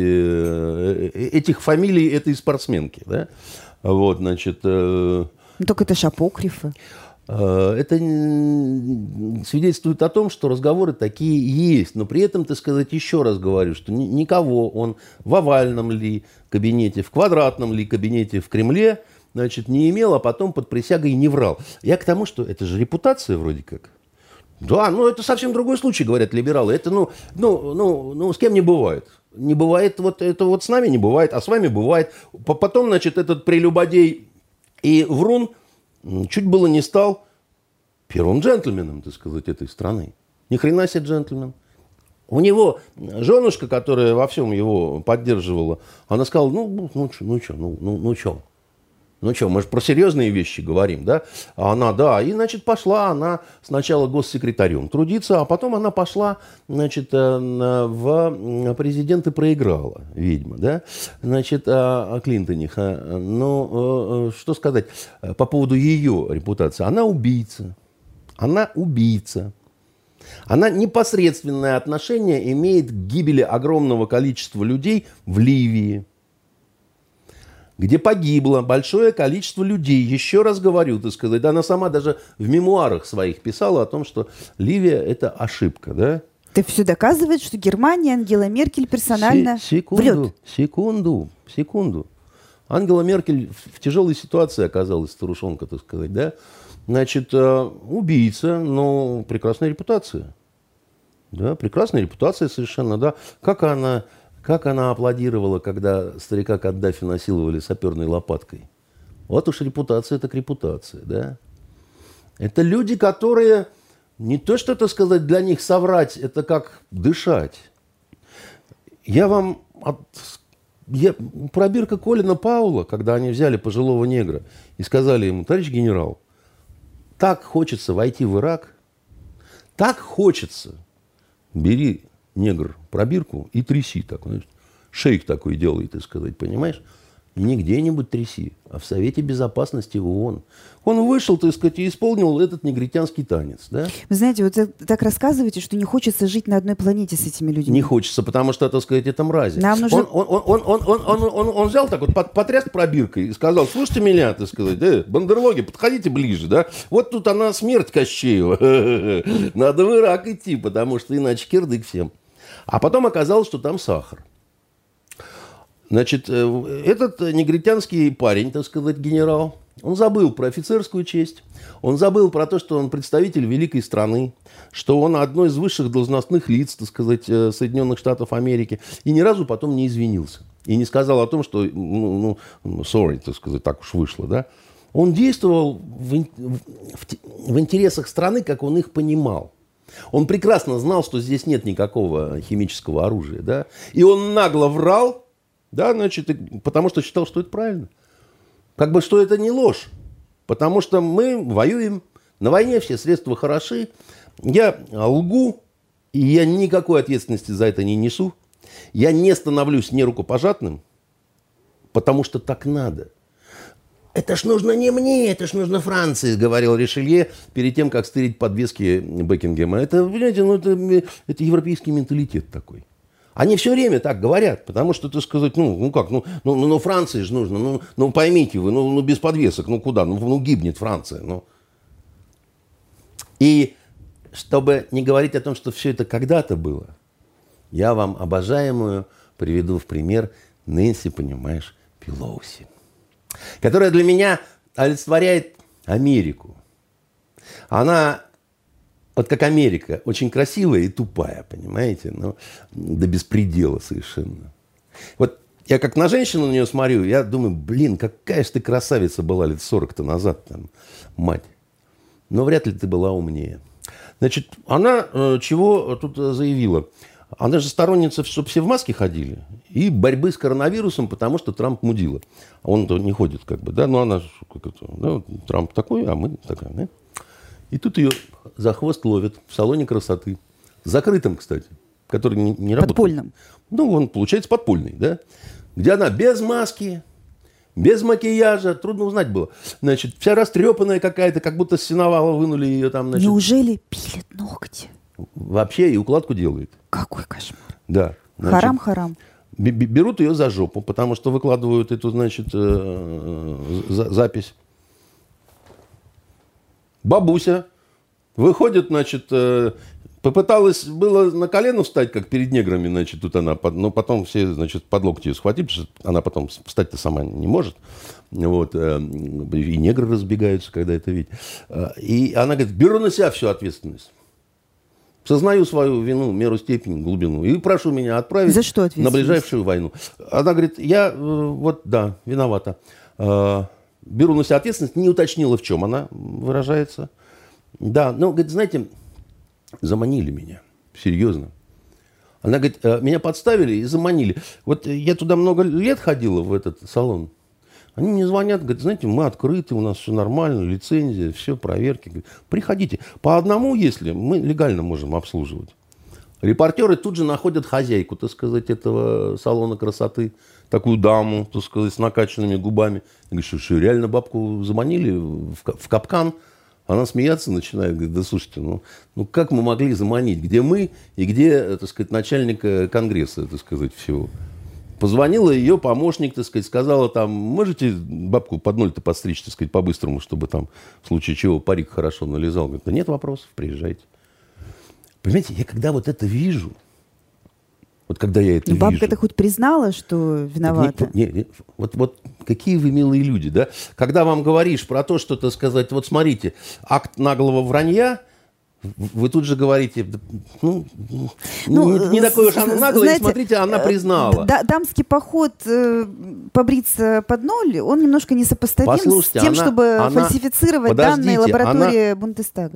S2: этих фамилий этой спортсменки, да? Вот, значит...
S1: Ну, только это ж апокрифы.
S2: Это свидетельствует о том, что разговоры такие есть. Но при этом, так сказать, еще раз говорю, что никого он в овальном ли кабинете, в квадратном ли кабинете в Кремле, значит, не имел, а потом под присягой не врал. Я к тому, что это же репутация вроде как. Да, ну это совсем другой случай, говорят либералы. Это, ну, ну, ну, ну с кем не бывает. Не бывает, вот это вот с нами не бывает, а с вами бывает. Потом, значит, этот прелюбодей и врун чуть было не стал первым джентльменом, так сказать, этой страны. Ни хрена себе джентльмен. У него женушка, которая во всем его поддерживала, она сказала, ну, ну, что, ну, что, ну, ну, ну, что? Ну что, мы же про серьезные вещи говорим, да? А она, да, и, значит, пошла она сначала госсекретарем трудиться, а потом она пошла, значит, в президенты проиграла, ведьма, да? Значит, о Клинтоне. Ну, что сказать по поводу ее репутации? Она убийца. Она убийца. Она непосредственное отношение имеет к гибели огромного количества людей в Ливии, где погибло большое количество людей. Еще раз говорю, так сказать, да, она сама даже в мемуарах своих писала о том, что Ливия – это ошибка, да?
S1: Это все доказывает, что Германия, Ангела Меркель персонально
S2: Се- секунду,
S1: врет.
S2: Секунду, секунду. Ангела Меркель в тяжелой ситуации оказалась, старушонка, так сказать, да? Значит, убийца, но прекрасная репутация. Да, прекрасная репутация совершенно, да. Как она... Как она аплодировала, когда старика Каддафи насиловали саперной лопаткой. Вот уж репутация так репутация, да. Это люди, которые не то что, так сказать, для них соврать, это как дышать. Я вам... От, я, пробирка Колина Паула, когда они взяли пожилого негра и сказали ему, товарищ генерал, так хочется войти в Ирак, так хочется, бери... негр, пробирку и тряси. Так, знаешь, шейк такой делай, так сказать, понимаешь? И не где-нибудь тряси, а в Совете Безопасности в ООН. Он вышел, так сказать, и исполнил этот негритянский танец. Да?
S1: Вы знаете, вот так рассказываете, что не хочется жить на одной планете с этими людьми.
S2: Не хочется, потому что, так сказать, это мрази.
S1: Нам нужно...
S2: он, он, он, он, он, он, он, он взял так вот, потряс пробиркой и сказал, слушайте меня, так сказать, э, бандерлоги, подходите ближе, да? Вот тут она смерть Кощеева. Надо в Ирак идти, потому что иначе кирдык всем. А потом оказалось, что там сахар. Значит, этот негритянский парень, так сказать, генерал, он забыл про офицерскую честь, он забыл про то, что он представитель великой страны, что он одно из высших должностных лиц, так сказать, Соединенных Штатов Америки, и ни разу потом не извинился. И не сказал о том, что, ну, ну sorry, так сказать, так уж вышло, да. Он действовал в, в, в интересах страны, как он их понимал. Он прекрасно знал, что здесь нет никакого химического оружия, да, и он нагло врал, да, значит, потому что считал, что это правильно. Как бы, что это не ложь, потому что мы воюем, на войне все средства хороши, я лгу, и я никакой ответственности за это не несу, я не становлюсь нерукопожатным, потому что так надо. Это ж нужно не мне, это ж нужно Франции, говорил Ришелье перед тем, как стырить подвески Бекингема. Это, понимаете, ну, это, это европейский менталитет такой. Они все время так говорят, потому что, так сказать, ну, ну как, ну, ну, ну Франции же нужно, ну, ну поймите вы, ну, ну без подвесок, ну куда, ну, ну гибнет Франция. Ну. И чтобы не говорить о том, что все это когда-то было, я вам, обожаемую, приведу в пример Нэнси, понимаешь, Пелоуси, которая для меня олицетворяет Америку. Она вот как Америка, очень красивая и тупая, понимаете? Ну, до беспредела совершенно. Вот я как на женщину на нее смотрю, я думаю, блин, какая же ты красавица была лет сорок-то назад, там, мать. Но вряд ли ты была умнее. Значит, она э, чего тут заявила? Она же сторонница, чтобы все в маске ходили. И борьбы с коронавирусом, потому что Трамп мудила. Он-то не ходит, как бы, да? Ну, она, как это, да, Трамп такой, а мы такая, да? И тут ее за хвост ловят в салоне красоты. Закрытым, кстати, который не, не работает.
S1: Подпольным.
S2: Ну, он, получается, подпольный, да? Где она без маски, без макияжа, трудно узнать было. Значит, вся растрепанная какая-то, как будто с сеновала вынули ее там. Значит,
S1: неужели пилит ногти?
S2: Вообще и укладку делает.
S1: Какой кошмар.
S2: Да.
S1: Харам-харам.
S2: Берут ее за жопу, потому что выкладывают эту, значит, э, за, запись. Бабуся выходит, значит, э, попыталась было на колено встать, как перед неграми, значит, тут она, но потом все, значит, под локти ее схватили, потому что она потом встать-то сама не может. Вот, э, и негры разбегаются, когда это видят. И она говорит, беру на себя всю ответственность. Сознаю свою вину, меру, степень, глубину. И прошу меня отправить
S1: за что
S2: на ближайшую войну. Она говорит, я вот, да, виновата. Беру на себя ответственность, не уточнила, в чем она выражается. Да, ну, говорит, знаете, заманили меня. Серьезно. Она говорит, меня подставили и заманили. Вот я туда много лет ходила, в этот салон. Они мне звонят, говорят, знаете, мы открыты, у нас все нормально, лицензия, все, проверки. Говорят, приходите. По одному, если мы легально можем обслуживать. Репортеры тут же находят хозяйку, так сказать, этого салона красоты. Такую даму, так сказать, с накачанными губами. Я говорю, что, что реально бабку заманили в, в капкан? Она смеяться начинает, говорит, да слушайте, ну, ну как мы могли заманить? Где мы и где, так сказать, начальник Конгресса, так сказать, всего? Позвонила ее помощник, так сказать, сказала там, можете бабку под ноль-то подстричь, так сказать, по-быстрому, чтобы там в случае чего парик хорошо налезал. Говорит, да нет вопросов, приезжайте. Понимаете, я когда вот это вижу, вот когда я это
S1: ну,
S2: вижу...
S1: Бабка-то хоть признала, что виновата?
S2: Не, не, не, вот, вот какие вы милые люди, да? Когда вам говоришь про то, что, так сказать, вот смотрите, акт наглого вранья, вы тут же говорите, ну, ну не, не такой уж она наглая, и смотрите, она признала.
S1: Да, дамский поход э, побриться под ноль, он немножко несопоставим Послушайте, с тем, она, чтобы она, фальсифицировать данные лаборатории она, Бундестага.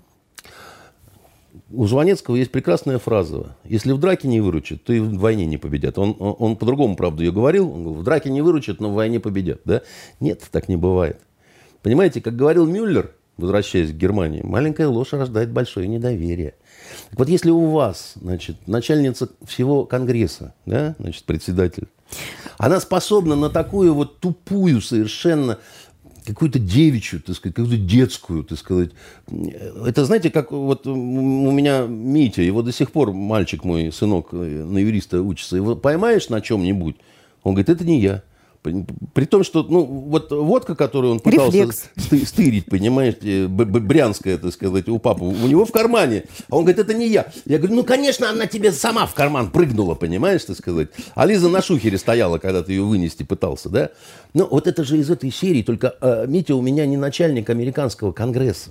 S2: У Жванецкого есть прекрасная фраза. Если в драке не выручат, то и в войне не победят. Он, он, он по-другому, правда, ее говорил. Он говорил, в драке не выручат, но в войне победят. Да? Нет, так не бывает. Понимаете, как говорил Мюллер, возвращаясь к Германии, маленькая ложь рождает большое недоверие. Так вот, если у вас, значит, начальница всего Конгресса, да, значит, председатель, она способна на такую вот тупую совершенно какую-то девичью, так сказать, какую-то детскую, так сказать. Это, знаете, как вот у меня Митя, его до сих пор мальчик мой, сынок, на юриста учится, его поймаешь на чем-нибудь, он говорит, это не я. При том, что, ну, вот водка, которую он пытался сты- стырить, понимаете, брянская, так сказать, у папы, у него в кармане. А он говорит, это не я. Я говорю, ну, конечно, она тебе сама в карман прыгнула, понимаешь, так сказать. А Лиза на шухере стояла, когда ты ее вынести пытался, да? Ну, вот это же из этой серии, только э, Митя у меня не начальник американского конгресса.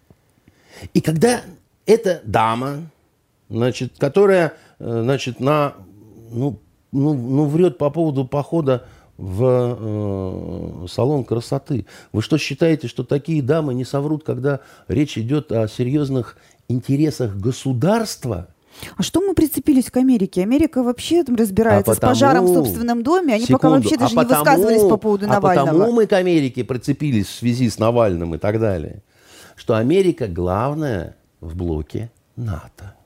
S2: И когда эта дама, значит, которая, э, значит, на, ну, ну, ну, врет по поводу похода в э, салон красоты. Вы что, считаете, что такие дамы не соврут, когда речь идет о серьезных интересах государства?
S1: А что мы прицепились к Америке? Америка вообще там разбирается а потому, с пожаром в собственном доме. Они секунду, пока вообще даже а не потому, высказывались по поводу Навального.
S2: А потому мы к Америке прицепились в связи с Навальным и так далее, что Америка главная в блоке НАТО.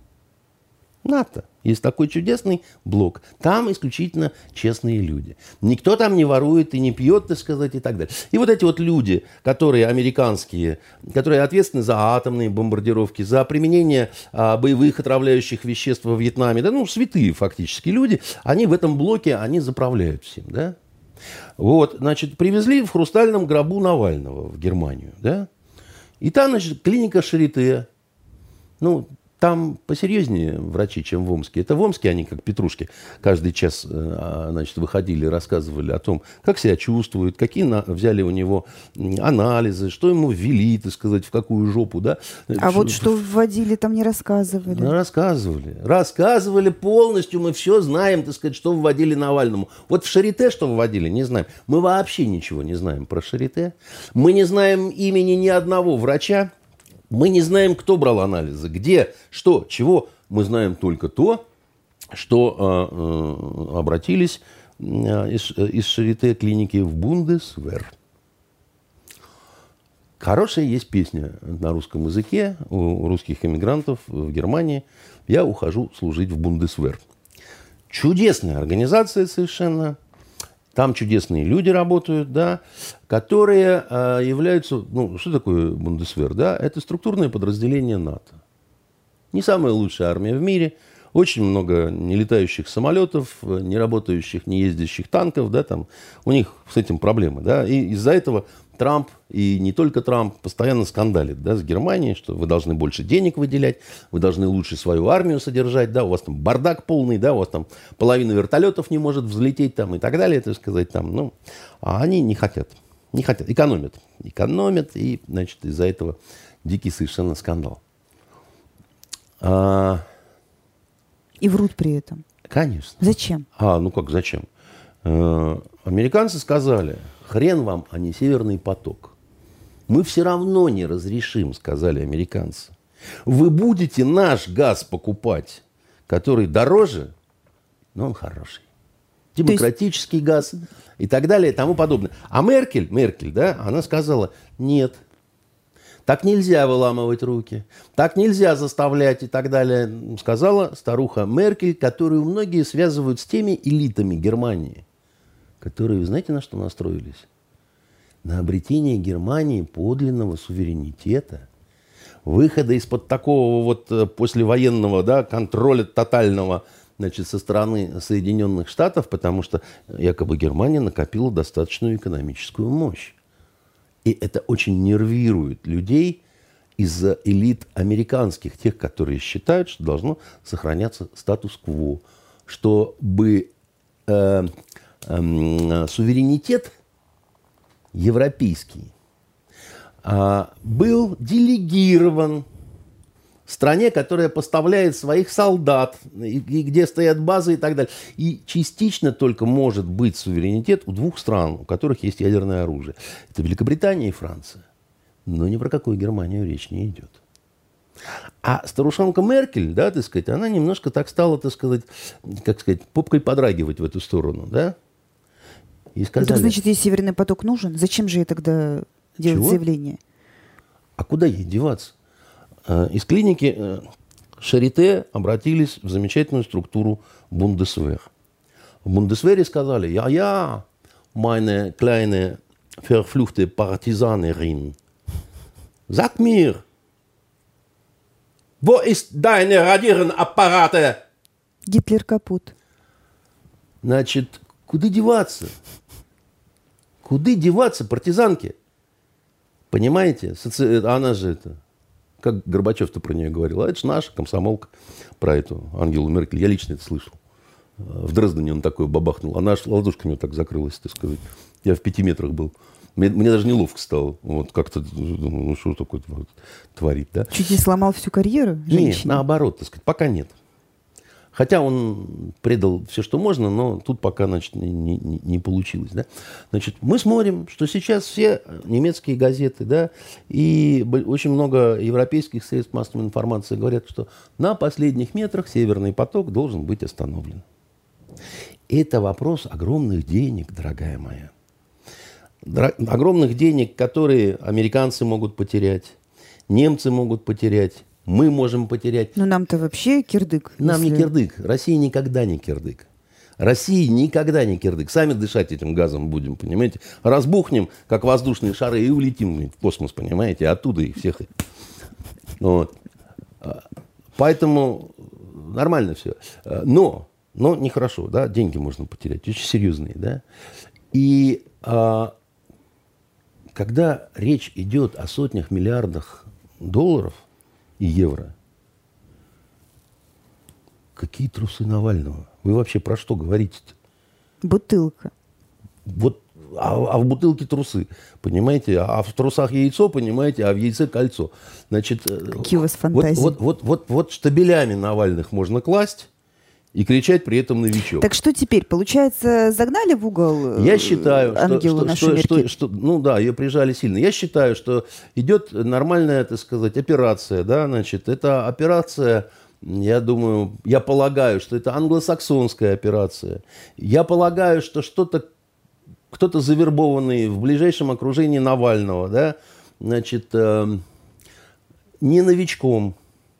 S2: НАТО. Есть такой чудесный блок. Там исключительно честные люди. Никто там не ворует и не пьет, так сказать, и так далее. И вот эти вот люди, которые американские, которые ответственны за атомные бомбардировки, за применение а, боевых отравляющих веществ во Вьетнаме, да, ну, святые фактически люди, они в этом блоке, они заправляют всем, да. Вот, значит, привезли в хрустальном гробу Навального в Германию, да. И там, значит, клиника Шарите. Ну, Там посерьезнее врачи, чем в Омске. Это в Омске они, как петрушки, каждый час значит, выходили и рассказывали о том, как себя чувствует, какие на, взяли у него анализы, что ему ввели, так сказать, в какую жопу. Да?
S1: А что, вот что вводили, там не рассказывали.
S2: Ну, рассказывали. Рассказывали полностью. Мы все знаем, так сказать, что вводили Навальному. Вот в Шарите что вводили, не знаем. Мы вообще ничего не знаем про Шарите. Мы не знаем имени ни одного врача. Мы не знаем, кто брал анализы, где, что, чего. Мы знаем только то, что э, э, обратились э, из, из Шарите клиники в Бундесвер. Хорошая есть песня на русском языке у русских эмигрантов в Германии. «Я ухожу служить в Бундесвер». Чудесная организация совершенно. Там чудесные люди работают, да, которые э, являются... Ну, что такое Бундесвер? Да? Это структурное подразделение НАТО. Не самая лучшая армия в мире. Очень много нелетающих самолетов, не работающих, не ездящих танков. Да, там. У них с этим проблемы. Да? И из-за этого Трамп, и не только Трамп, постоянно скандалит, да, с Германией, что вы должны больше денег выделять, вы должны лучше свою армию содержать, да, у вас там бардак полный, да, у вас там половина вертолетов не может взлететь там, и так далее, так сказать. Там, ну, а они не хотят, не хотят, экономят. Экономят, и, значит, из-за этого дикий совершенно скандал. А...
S1: И врут при этом.
S2: Конечно.
S1: Зачем?
S2: А, ну как, зачем? А, американцы сказали... Хрен вам, а не Северный поток. Мы все равно не разрешим, сказали американцы. Вы будете наш газ покупать, который дороже, но он хороший. Демократический есть... газ и так далее и тому подобное. А Меркель, Меркель, да, она сказала, нет, так нельзя выламывать руки, так нельзя заставлять и так далее. Сказала старуха Меркель, которую многие связывают с теми элитами Германии, которые, знаете, на что настроились? На обретение Германии подлинного суверенитета, выхода из-под такого вот послевоенного, да, контроля тотального, значит, со стороны Соединенных Штатов, потому что якобы Германия накопила достаточную экономическую мощь. И это очень нервирует людей из-за элит американских, тех, которые считают, что должно сохраняться статус-кво, чтобы... Э, суверенитет европейский был делегирован стране, которая поставляет своих солдат, и где стоят базы и так далее. И частично только может быть суверенитет у двух стран, у которых есть ядерное оружие. Это Великобритания и Франция. Но ни про какую Германию речь не идет. А старушонка Меркель, да, так сказать, она немножко так стала, так сказать, как сказать, попкой подрагивать в эту сторону, да? И сказали,
S1: ну, так значит, если Северный поток нужен, зачем же ей тогда делать
S2: чего?
S1: Заявление?
S2: А куда ей деваться? Из клиники Шарите обратились в замечательную структуру Бундесвер. В Бундесвере сказали, я-я, meine kleine verfluchte Partisanerin, sag mir, wo ist deine Radierenapparate?
S1: Гитлер капут.
S2: Значит, куда деваться? Куда деваться, партизанки? Понимаете? Соци... Она же это... Как Горбачев-то про нее говорил. А это же наша комсомолка про эту Ангелу Меркель. Я лично это слышал. В Дрездене он такой бабахнул. Она аж ладошка у него так закрылась, так сказать. Я в пяти метрах был. Мне, мне даже неловко стало. Вот как-то, ну что такое вот, творит, да?
S1: Чуть не сломал всю карьеру женщине?
S2: Нет, наоборот, так сказать, пока нет. Хотя он предал все, что можно, но тут пока, значит, не, не, не получилось. Да? Значит, мы смотрим, что сейчас все немецкие газеты, да, и очень много европейских средств массовой информации говорят, что на последних метрах Северный поток должен быть остановлен. Это вопрос огромных денег, дорогая моя. Дор- огромных денег, которые американцы могут потерять, немцы могут потерять, мы можем потерять.
S1: Но нам-то вообще кирдык.
S2: Нам
S1: если...
S2: не кирдык. России никогда не кирдык. России никогда не кирдык. Сами дышать этим газом будем, понимаете? Разбухнем, как воздушные шары, и улетим в космос, понимаете? Оттуда и всех. Вот. Поэтому нормально все. Но, но нехорошо, да? Деньги можно потерять, очень серьезные, да? И а, когда речь идет о сотнях миллиардах долларов и евро, Какие трусы Навального? Вы вообще про что говорите-то?
S1: Бутылка.
S2: Вот, а, а в бутылке трусы, понимаете? А в трусах яйцо, понимаете? А в яйце кольцо. Значит,
S1: какие у вас фантазии.
S2: Вот, вот, вот, вот, вот штабелями Навальных можно класть и кричать при этом новичок.
S1: Так что теперь? Получается, загнали в угол
S2: Я считаю,
S1: Ангелу
S2: что,
S1: нашу
S2: что,
S1: Меркель?
S2: что, что, ну да, ее прижали сильно. Я считаю, что идет нормальная, так сказать, операция, да, значит, это операция, я думаю, я полагаю, что это англосаксонская операция. Я полагаю, что что-то, кто-то завербованный в ближайшем окружении Навального, да, значит, э, не новичком,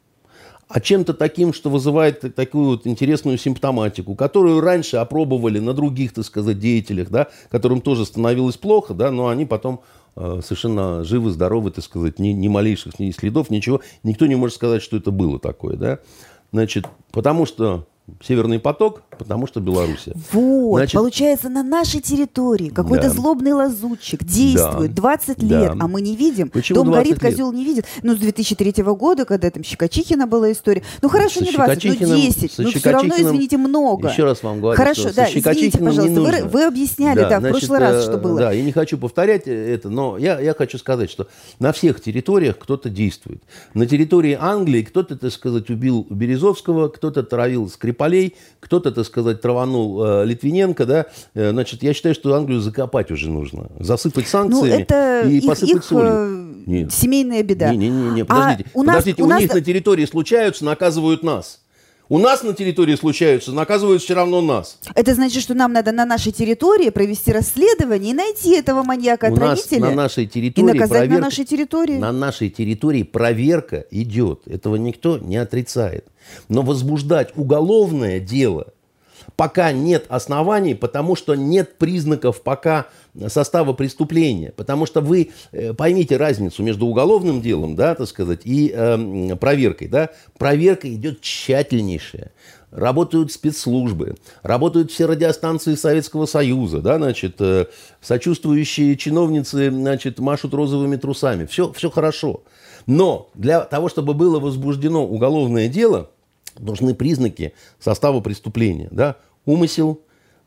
S2: а чем-то таким, что вызывает такую вот интересную симптоматику, которую раньше опробовали на других, так сказать, деятелях, да, которым тоже становилось плохо, да, но они потом э, совершенно живы, здоровы, так сказать, ни, ни малейших ни следов, ничего. Никто не может сказать, что это было такое, да. Значит, потому что Северный поток, потому что Белоруссия.
S1: Вот,
S2: Значит,
S1: получается, на нашей территории какой-то
S2: да.
S1: злобный лазутчик действует
S2: Да.
S1: двадцать
S2: Да.
S1: лет, а мы не видим.
S2: Почему
S1: Дом горит,
S2: двадцать лет?
S1: козел не видит. Ну, с две тысячи третьего года, когда там Щекочихина была история. Ну, хорошо,
S2: Со
S1: не двадцать, ну
S2: Щекочихиным-
S1: десять.
S2: со
S1: Ну, все равно,
S2: Щекочихиным-
S1: извините, много.
S2: Еще раз вам говорю,
S1: Хорошо,
S2: что
S1: да,
S2: со
S1: извините,
S2: Щекочихиным не
S1: пожалуйста. Вы,
S2: нужно.
S1: вы объясняли, да, в
S2: значит,
S1: прошлый раз, что
S2: э,
S1: было.
S2: Да, я не хочу повторять это, но я, я хочу сказать, что на всех территориях кто-то действует. На территории Англии кто-то, так сказать, убил Березовского, кто-то травил Скрипалей, кто-то, так сказать, траванул э, Литвиненко, да. Э, значит, я считаю, что Англию закопать уже нужно. Засыпать
S1: Ну,
S2: санкциями
S1: это
S2: и
S1: их,
S2: посыпать
S1: их,
S2: солью.
S1: э,
S2: Нет.
S1: семейная беда.
S2: Не-не-не,
S1: А
S2: подождите.
S1: у нас-
S2: подождите,
S1: у
S2: у,
S1: нас-
S2: них на территории случаются, наказывают нас. У нас на территории случаются, наказывают все равно нас.
S1: Это значит, что нам надо на нашей территории провести расследование и найти этого
S2: У нас
S1: маньяка-отравителя
S2: на нашей
S1: и
S2: территории
S1: наказать
S2: проверка,
S1: на нашей территории.
S2: на нашей территории проверка идет. Этого никто не отрицает. Но возбуждать уголовное дело пока нет оснований, потому что нет признаков пока состава преступления. Потому что вы э, поймите разницу между уголовным делом, да, так сказать, и э, проверкой. Да. Проверка идет тщательнейшая. Работают спецслужбы, работают все радиостанции Советского Союза, да, значит, э, сочувствующие чиновницы, значит, машут розовыми трусами. Все, все хорошо. Но для того, чтобы было возбуждено уголовное дело, нужны признаки состава преступления, да, умысел,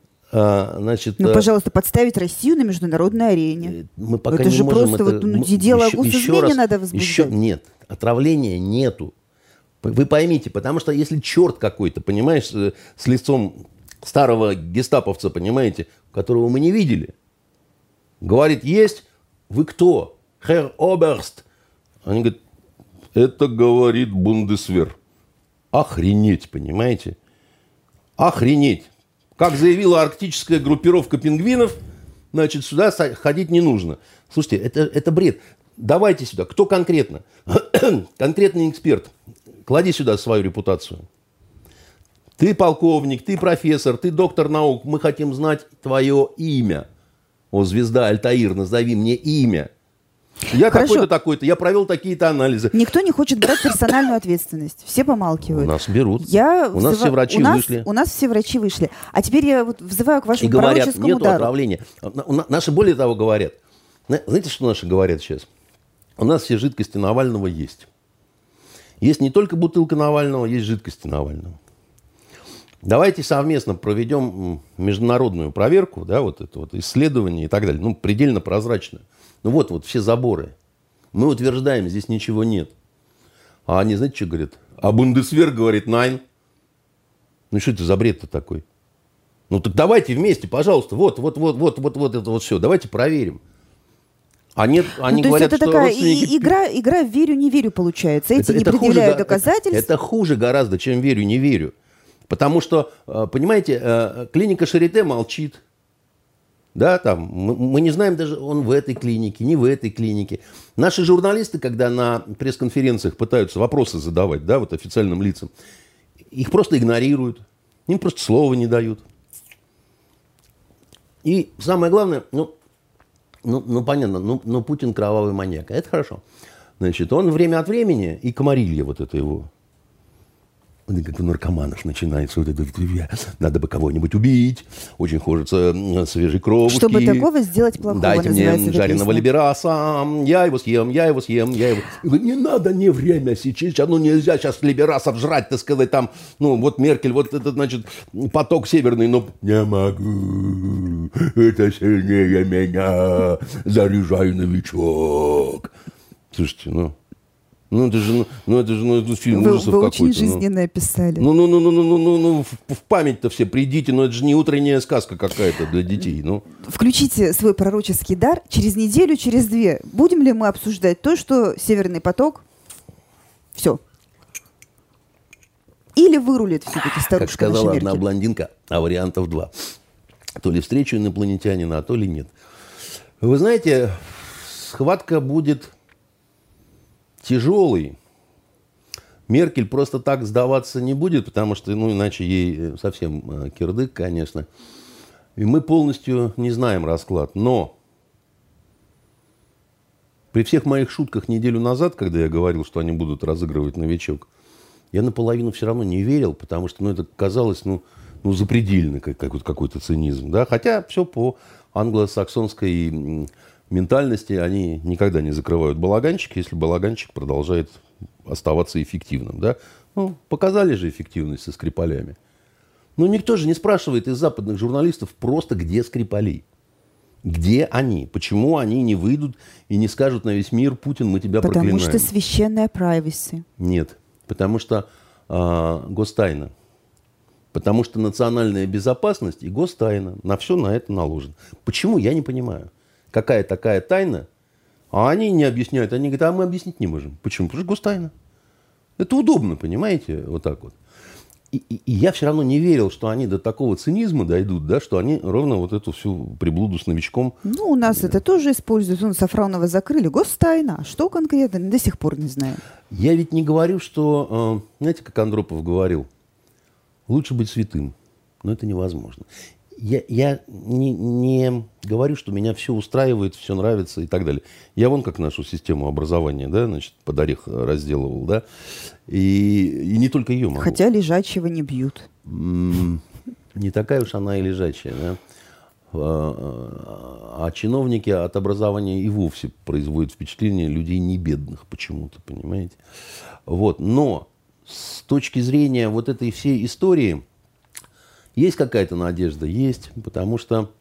S2: а, значит...
S1: Ну,
S2: а,
S1: пожалуйста, подставить Россию на международной арене.
S2: мы пока
S1: Это
S2: не
S1: же
S2: можем
S1: просто
S2: это...
S1: вот, ну,
S2: м,
S1: дело о
S2: еще- еще
S1: госизмене
S2: раз,
S1: надо возбуждать.
S2: еще нет, отравления нету. Вы поймите, потому что если черт какой-то, понимаешь, э, с лицом старого гестаповца, понимаете, которого мы не видели, говорит, есть, вы кто? Herr Oberst. Они говорят, это говорит Бундесвер. Охренеть, понимаете? Охренеть. Как заявила арктическая группировка пингвинов, значит, сюда ходить не нужно. Слушайте, это, это бред. Давайте сюда. Кто конкретно? Конкретный эксперт. Клади сюда свою репутацию. Ты полковник, ты профессор, ты доктор наук. Мы хотим знать твое имя. О, звезда Альтаир, назови мне имя. Я
S1: Хорошо.
S2: такой-то, такой-то. Я провел такие-то анализы.
S1: Никто не хочет брать персональную ответственность. Все помалкивают.
S2: У нас берут.
S1: Я
S2: У нас
S1: взыва-
S2: все врачи
S1: у нас-
S2: вышли.
S1: У нас все врачи вышли. А теперь я вот взываю к
S2: И
S1: вашему
S2: говорят,
S1: пророческому
S2: нету
S1: удару.
S2: отравления. У на- Наши более того говорят. Зна- Знаете, что наши говорят сейчас? У нас все жидкости Навального есть. Есть не только бутылка Навального, есть жидкости Навального. Давайте совместно проведем м, международную проверку, да, вот это вот исследование и так далее. Ну, предельно прозрачно. Ну вот, вот все заборы. Мы утверждаем, здесь ничего нет. А они, знаете, что говорят? А Бундесвер говорит, найн. Ну, что это за бред-то такой? Ну, так давайте вместе, пожалуйста. Вот, вот, вот, вот, вот, вот это вот все. Давайте проверим. А нет, они
S1: Ну, то
S2: говорят,
S1: есть это
S2: что
S1: такая
S2: родственники...
S1: и- игра, игра в верю-не верю получается. Эти
S2: Это-
S1: не
S2: это хуже
S1: предъявляют
S2: га-
S1: доказательств.
S2: Это хуже гораздо, чем верю, не верю. Потому что, э, понимаете, э, клиника Шарите молчит. Да, там, мы, мы не знаем даже, он в этой клинике, не в этой клинике. Наши журналисты, когда на пресс-конференциях пытаются вопросы задавать, да, вот официальным лицам, их просто игнорируют, им просто слова не дают. И самое главное, ну, ну, ну понятно, ну, ну Путин кровавый маньяк, а это хорошо. Значит, он время от времени, и Комарилья, вот это его Вот как у наркоманов начинается вот это, надо бы кого-нибудь убить, очень хочется свежей кровушки.
S1: Чтобы такого сделать плохого,
S2: дайте мне жареного либераса, я его съем, я его съем, я его... Не надо, не время сейчас, ну нельзя сейчас либерасов жрать, так сказать, там, ну вот Меркель, вот этот, значит, поток северный, но не могу, это сильнее меня, заряжай, новичок. Слушайте, ну... Ну, это же, ну, ну, это же, ну, это фильм
S1: вы,
S2: ужасов
S1: вы
S2: какой-то.
S1: Вы очень жизненно описали.
S2: Ну, ну, ну, ну, ну, ну, ну, ну, в, в память-то все придите, но это же не утренняя сказка какая-то для детей, ну.
S1: Включите свой пророческий дар. Через неделю, через две будем ли мы обсуждать то, что Северный поток, все. Или вырулит все-таки старушка
S2: Как сказала
S1: наша
S2: одна
S1: Меркель?
S2: блондинка, а вариантов два. То ли встречу инопланетянина, а то ли нет. Вы знаете, схватка будет... тяжелый. Меркель просто так сдаваться не будет, потому что, ну, иначе ей совсем э, кирдык, конечно. И мы полностью не знаем расклад. Но при всех моих шутках неделю назад, когда я говорил, что они будут разыгрывать новичок, я наполовину все равно не верил, потому что, ну, это казалось, ну, ну запредельно, как, как, какой-то цинизм. Да? Хотя все по англосаксонской... ментальности, они никогда не закрывают балаганчик, если балаганчик продолжает оставаться эффективным. Да? Ну, показали же эффективность со Скрипалями. Но никто же не спрашивает из западных журналистов просто, где Скрипали. Где они? Почему они не выйдут и не скажут на весь мир: Путин, мы тебя
S1: потому
S2: проклинаем?
S1: Потому что священная privacy.
S2: Нет. Потому что э, гостайна. Потому что национальная безопасность и гостайна. На все на это наложено. Почему? Я не понимаю. Какая такая тайна, а они не объясняют. Они говорят, а мы объяснить не можем. Почему? Потому что гостайна. Это удобно, понимаете, вот так вот. И, и, и я все равно не верил, что они до такого цинизма дойдут, да, что они ровно вот эту всю приблуду с новичком...
S1: Ну, у нас это тоже используют. Ну, Сафронова закрыли. Гостайна. А что конкретно? До сих пор не знаю.
S2: Я ведь не говорю, что... Знаете, как Андропов говорил? Лучше быть святым. Но это невозможно. Я, я не, не говорю, что меня все устраивает, все нравится и так далее. Я вон как нашу систему образования, да, значит, под орех разделывал, да, и, и не только ее могу.
S1: Хотя лежачего не бьют.
S2: Не такая уж она и лежачая, да. А, а чиновники от образования и вовсе производят впечатление людей не бедных почему-то, понимаете. Вот, но с точки зрения вот этой всей истории... Есть какая-то надежда? Есть, потому что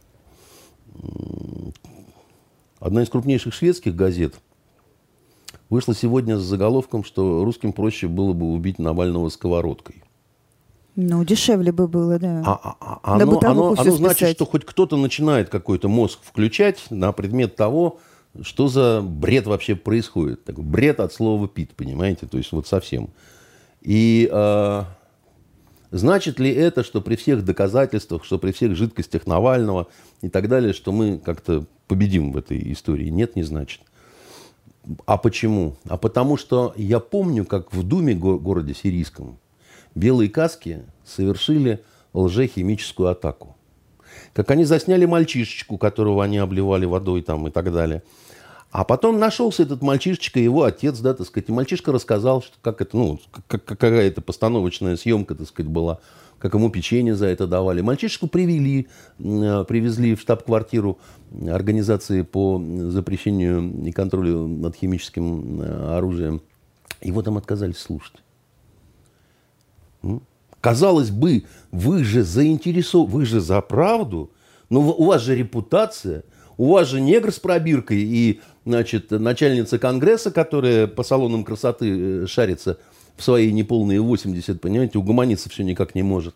S2: одна из крупнейших шведских газет вышла сегодня с заголовком, что русским проще было бы убить Навального сковородкой.
S1: Ну, дешевле бы было, да.
S2: А, а, а оно, оно, оно значит, что хоть кто-то начинает какой-то мозг включать на предмет того, что за бред вообще происходит. Такой бред от слова «пит», понимаете? То есть вот совсем. И... Э, Значит ли это, что при всех доказательствах, что при всех жидкостях Навального и так далее, что мы как-то победим в этой истории? Нет, не значит. А почему? А потому что я помню, как в Думе, го- городе сирийском, белые каски совершили лжехимическую атаку. Как они засняли мальчишечку, которого они обливали водой там, и так далее. А потом нашелся этот мальчишечка, его отец, да, так сказать, и мальчишка рассказал, что как это, ну, как, какая это постановочная съемка, так сказать, была, как ему печенье за это давали. Мальчишку привели, привезли в штаб-квартиру организации по запрещению и контролю над химическим оружием. Его там отказались слушать. Казалось бы, вы же заинтересованы, вы же за правду, но у вас же репутация. У вас же негр с пробиркой и, значит, начальница Конгресса, которая по салонам красоты шарится в свои неполные восемьдесят, понимаете, угомониться все никак не может.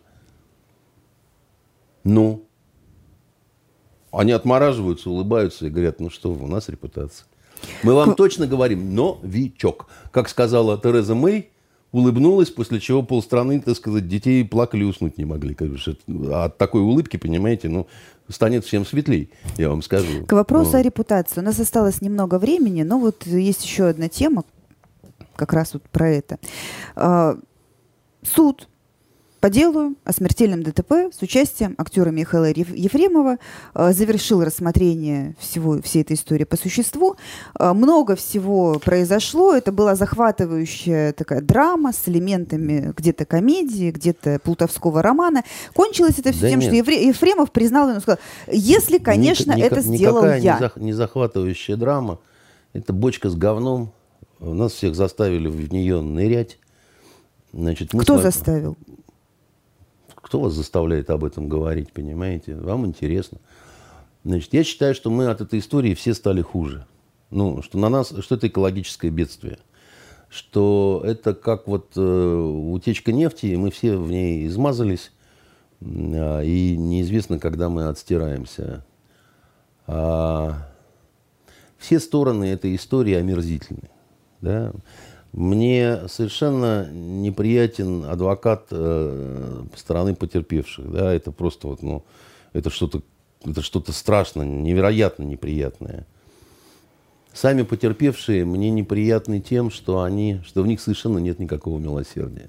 S2: Ну, они отмораживаются, улыбаются и говорят, ну что вы, у нас репутация. Мы вам точно говорим, новичок. Как сказала Тереза Мэй, улыбнулась, после чего полстраны, так сказать, детей плакали и уснуть не могли. От такой улыбки, понимаете, ну, станет всем светлей, я вам скажу.
S1: К вопросу
S2: но...
S1: о репутации. У нас осталось немного времени, но вот есть еще одна тема, как раз вот про это. Суд по делу о смертельном ДТП с участием актера Михаила Ефремова. Завершил рассмотрение всего, всей этой истории по существу. Много всего произошло. Это была захватывающая такая драма с элементами где-то комедии, где-то плутовского романа. Кончилось это все да тем, нет. что Ефре- Ефремов признал, он сказал, если, конечно, Ник- это ник- сделал
S2: никакая
S1: я.
S2: Никакая не захватывающая драма. Это бочка с говном. Нас всех заставили в нее нырять. Значит,
S1: Кто
S2: вами...
S1: заставил?
S2: Кто вас заставляет об этом говорить, понимаете? Вам интересно. Значит, я считаю, что мы от этой истории все стали хуже. Ну, что на нас, что это экологическое бедствие. Что это как вот э, утечка нефти, и мы все в ней измазались, э, и неизвестно, когда мы отстираемся. А все стороны этой истории омерзительны. Да? Мне совершенно неприятен адвокат э, стороны потерпевших. Да? Это просто вот, ну, это что-то, это что-то страшно, невероятно неприятное. Сами потерпевшие мне неприятны тем, что, они, что в них совершенно нет никакого милосердия.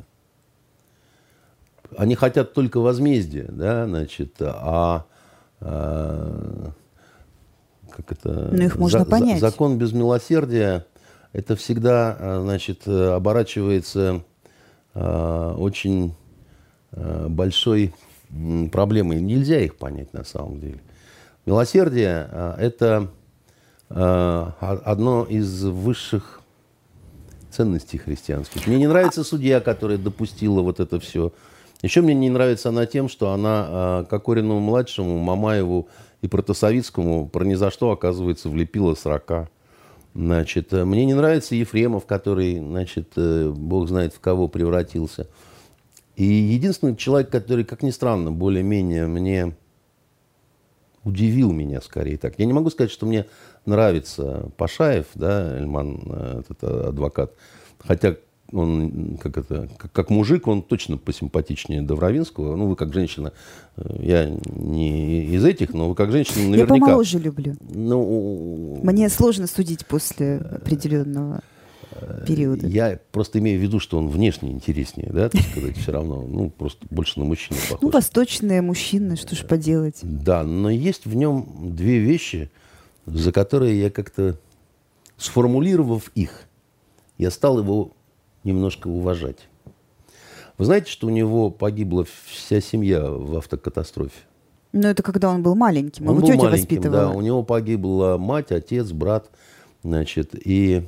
S2: Они хотят только возмездия, да, значит, а, а как это?
S1: Но их можно
S2: за,
S1: понять.
S2: Закон без милосердия. Это всегда, значит, оборачивается э, очень э, большой э, проблемой. Нельзя их понять на самом деле. Милосердие э, – это э, одно из высших ценностей христианских. Мне не нравится судья, которая допустила вот это все. Еще мне не нравится она тем, что она э, Кокорину-младшему, Мамаеву и Протасовицкому про ни за что, оказывается, влепила срока. Значит, мне не нравится Ефремов, который, значит, бог знает в кого превратился. И единственный человек, который, как ни странно, более-менее мне удивил меня скорее так. Я не могу сказать, что мне нравится Пашаев, да, Эльман, этот адвокат. Хотя он, как это, как, как мужик, он точно посимпатичнее Довровинского. Ну, вы как женщина, я не из этих, но вы как женщина наверняка...
S1: Я помоложе люблю.
S2: Ну,
S1: мне сложно судить после определенного периода.
S2: Я просто имею в виду, что он внешне интереснее, да, так сказать, все равно. Ну, просто больше на мужчину похож.
S1: Ну, восточные мужчины, что ж поделать.
S2: Да, но есть в нем две вещи, за которые я как-то, сформулировав их, я стал его немножко уважать. Вы знаете, что у него погибла вся семья в автокатастрофе?
S1: Ну, это когда он был маленьким,
S2: он
S1: его
S2: был
S1: тетя
S2: маленьким,
S1: воспитывала.
S2: Да, у него погибла мать, отец, брат, значит, и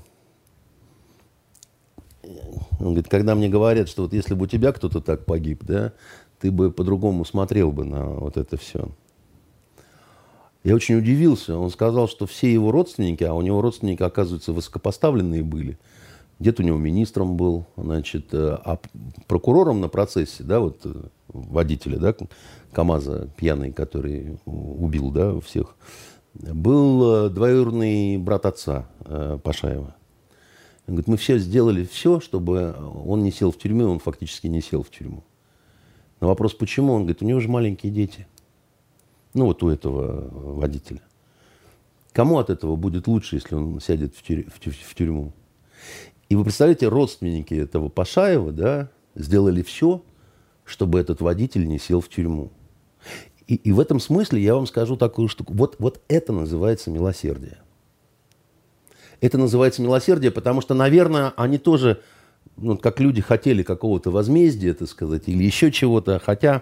S2: он говорит, когда мне говорят, что вот если бы у тебя кто-то так погиб, да, ты бы по-другому смотрел бы на вот это все. Я очень удивился. Он сказал, что все его родственники, а у него родственники, оказывается, высокопоставленные были. Дед у него министром был, значит, а прокурором на процессе, да, вот водителя, да, КамАЗа пьяный, который убил, да, всех, был двоюродный брат отца Пашаева. Он говорит, мы все сделали все, чтобы он не сел в тюрьму, он фактически не сел в тюрьму. На вопрос, почему, он говорит, у него же маленькие дети. Ну, вот у этого водителя. Кому от этого будет лучше, если он сядет в, тюрь- в, тю- в тюрьму? И вы представляете, родственники этого Пашаева, да, сделали все, чтобы этот водитель не сел в тюрьму. И, и в этом смысле я вам скажу такую штуку. Вот, вот это называется милосердие. Это называется милосердие, потому что, наверное, они тоже, ну, как люди, хотели какого-то возмездия, так сказать, или еще чего-то. Хотя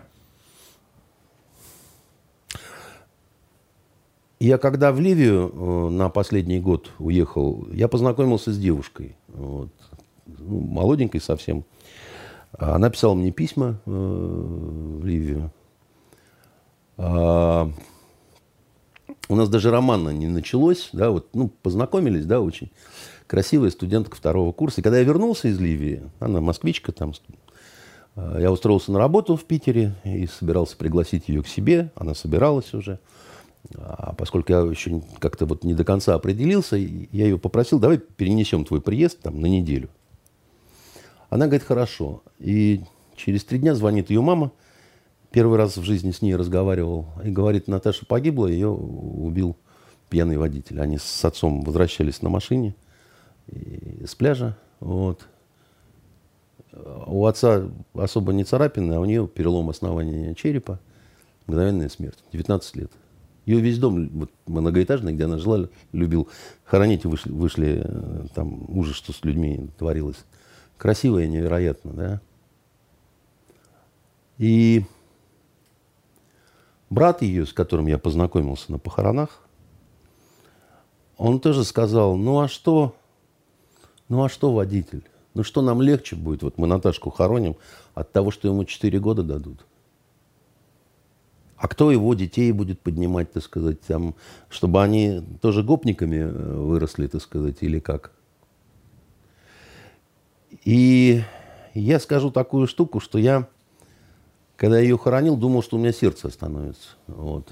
S2: я когда в Ливию э, на последний год уехал, я познакомился с девушкой, вот, ну, молоденькой совсем. Она писала мне письма э, в Ливию. А, у нас даже романа не началось, да, вот, ну, познакомились, да, очень красивая студентка второго курса. И когда я вернулся из Ливии, она москвичка, там, я устроился на работу в Питере и собирался пригласить ее к себе, она собиралась уже. А поскольку я еще как-то вот не до конца определился, я ее попросил, давай перенесем твой приезд там на неделю. Она говорит, хорошо. И через три дня звонит ее мама, первый раз в жизни с ней разговаривал, и говорит, Наташа погибла, ее убил пьяный водитель. Они с отцом возвращались на машине с пляжа, вот. у отца особо не царапины, а у нее перелом основания черепа, мгновенная смерть, девятнадцать лет. Ее весь дом, вот, многоэтажный, где она жила, любил хоронить, вышли, вышли там ужас, что с людьми творилось. Красивая невероятно, да. И брат ее, с которым я познакомился на похоронах, он тоже сказал, ну а что, ну а что водитель? Ну что нам легче будет, вот мы Наташку хороним, от того, что ему четыре года дадут. А кто его детей будет поднимать, так сказать, там, чтобы они тоже гопниками выросли, так сказать, или как? И я скажу такую штуку, что я, когда ее хоронил, думал, что у меня сердце остановится. Вот.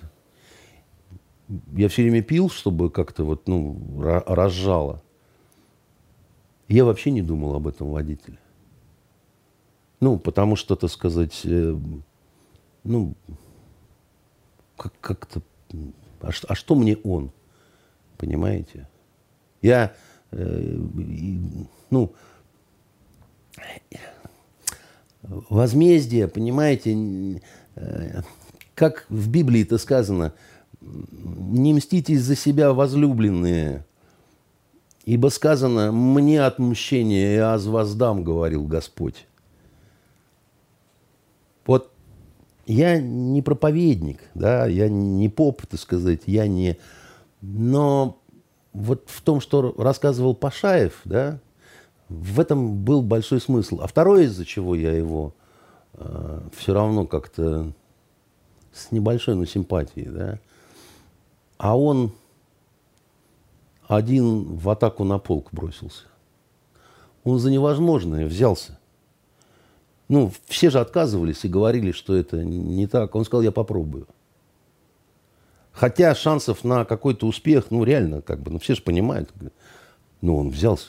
S2: Я все время пил, чтобы как-то вот, ну, разжало. Я вообще не думал об этом водителе. Ну, потому что, так сказать, э, ну, как- как-то... А, ш- а что мне он? Понимаете? Я, э, и, ну, возмездие, понимаете, э, как в Библии это сказано, не мститесь за себя, возлюбленные, ибо сказано, мне отмщение, я аз воздам, говорил Господь. Вот я не проповедник, да, я не поп, так сказать, я не... Но вот в том, что рассказывал Пашаев, да, в этом был большой смысл. А второе, из-за чего я его э, все равно как-то с небольшой, но симпатией, да, а он один в атаку на полк бросился. Он за невозможное взялся. Ну, все же отказывались и говорили, что это не так. Он сказал, я попробую. Хотя шансов на какой-то успех, ну, реально, как бы, ну, все же понимают. Ну, он взялся.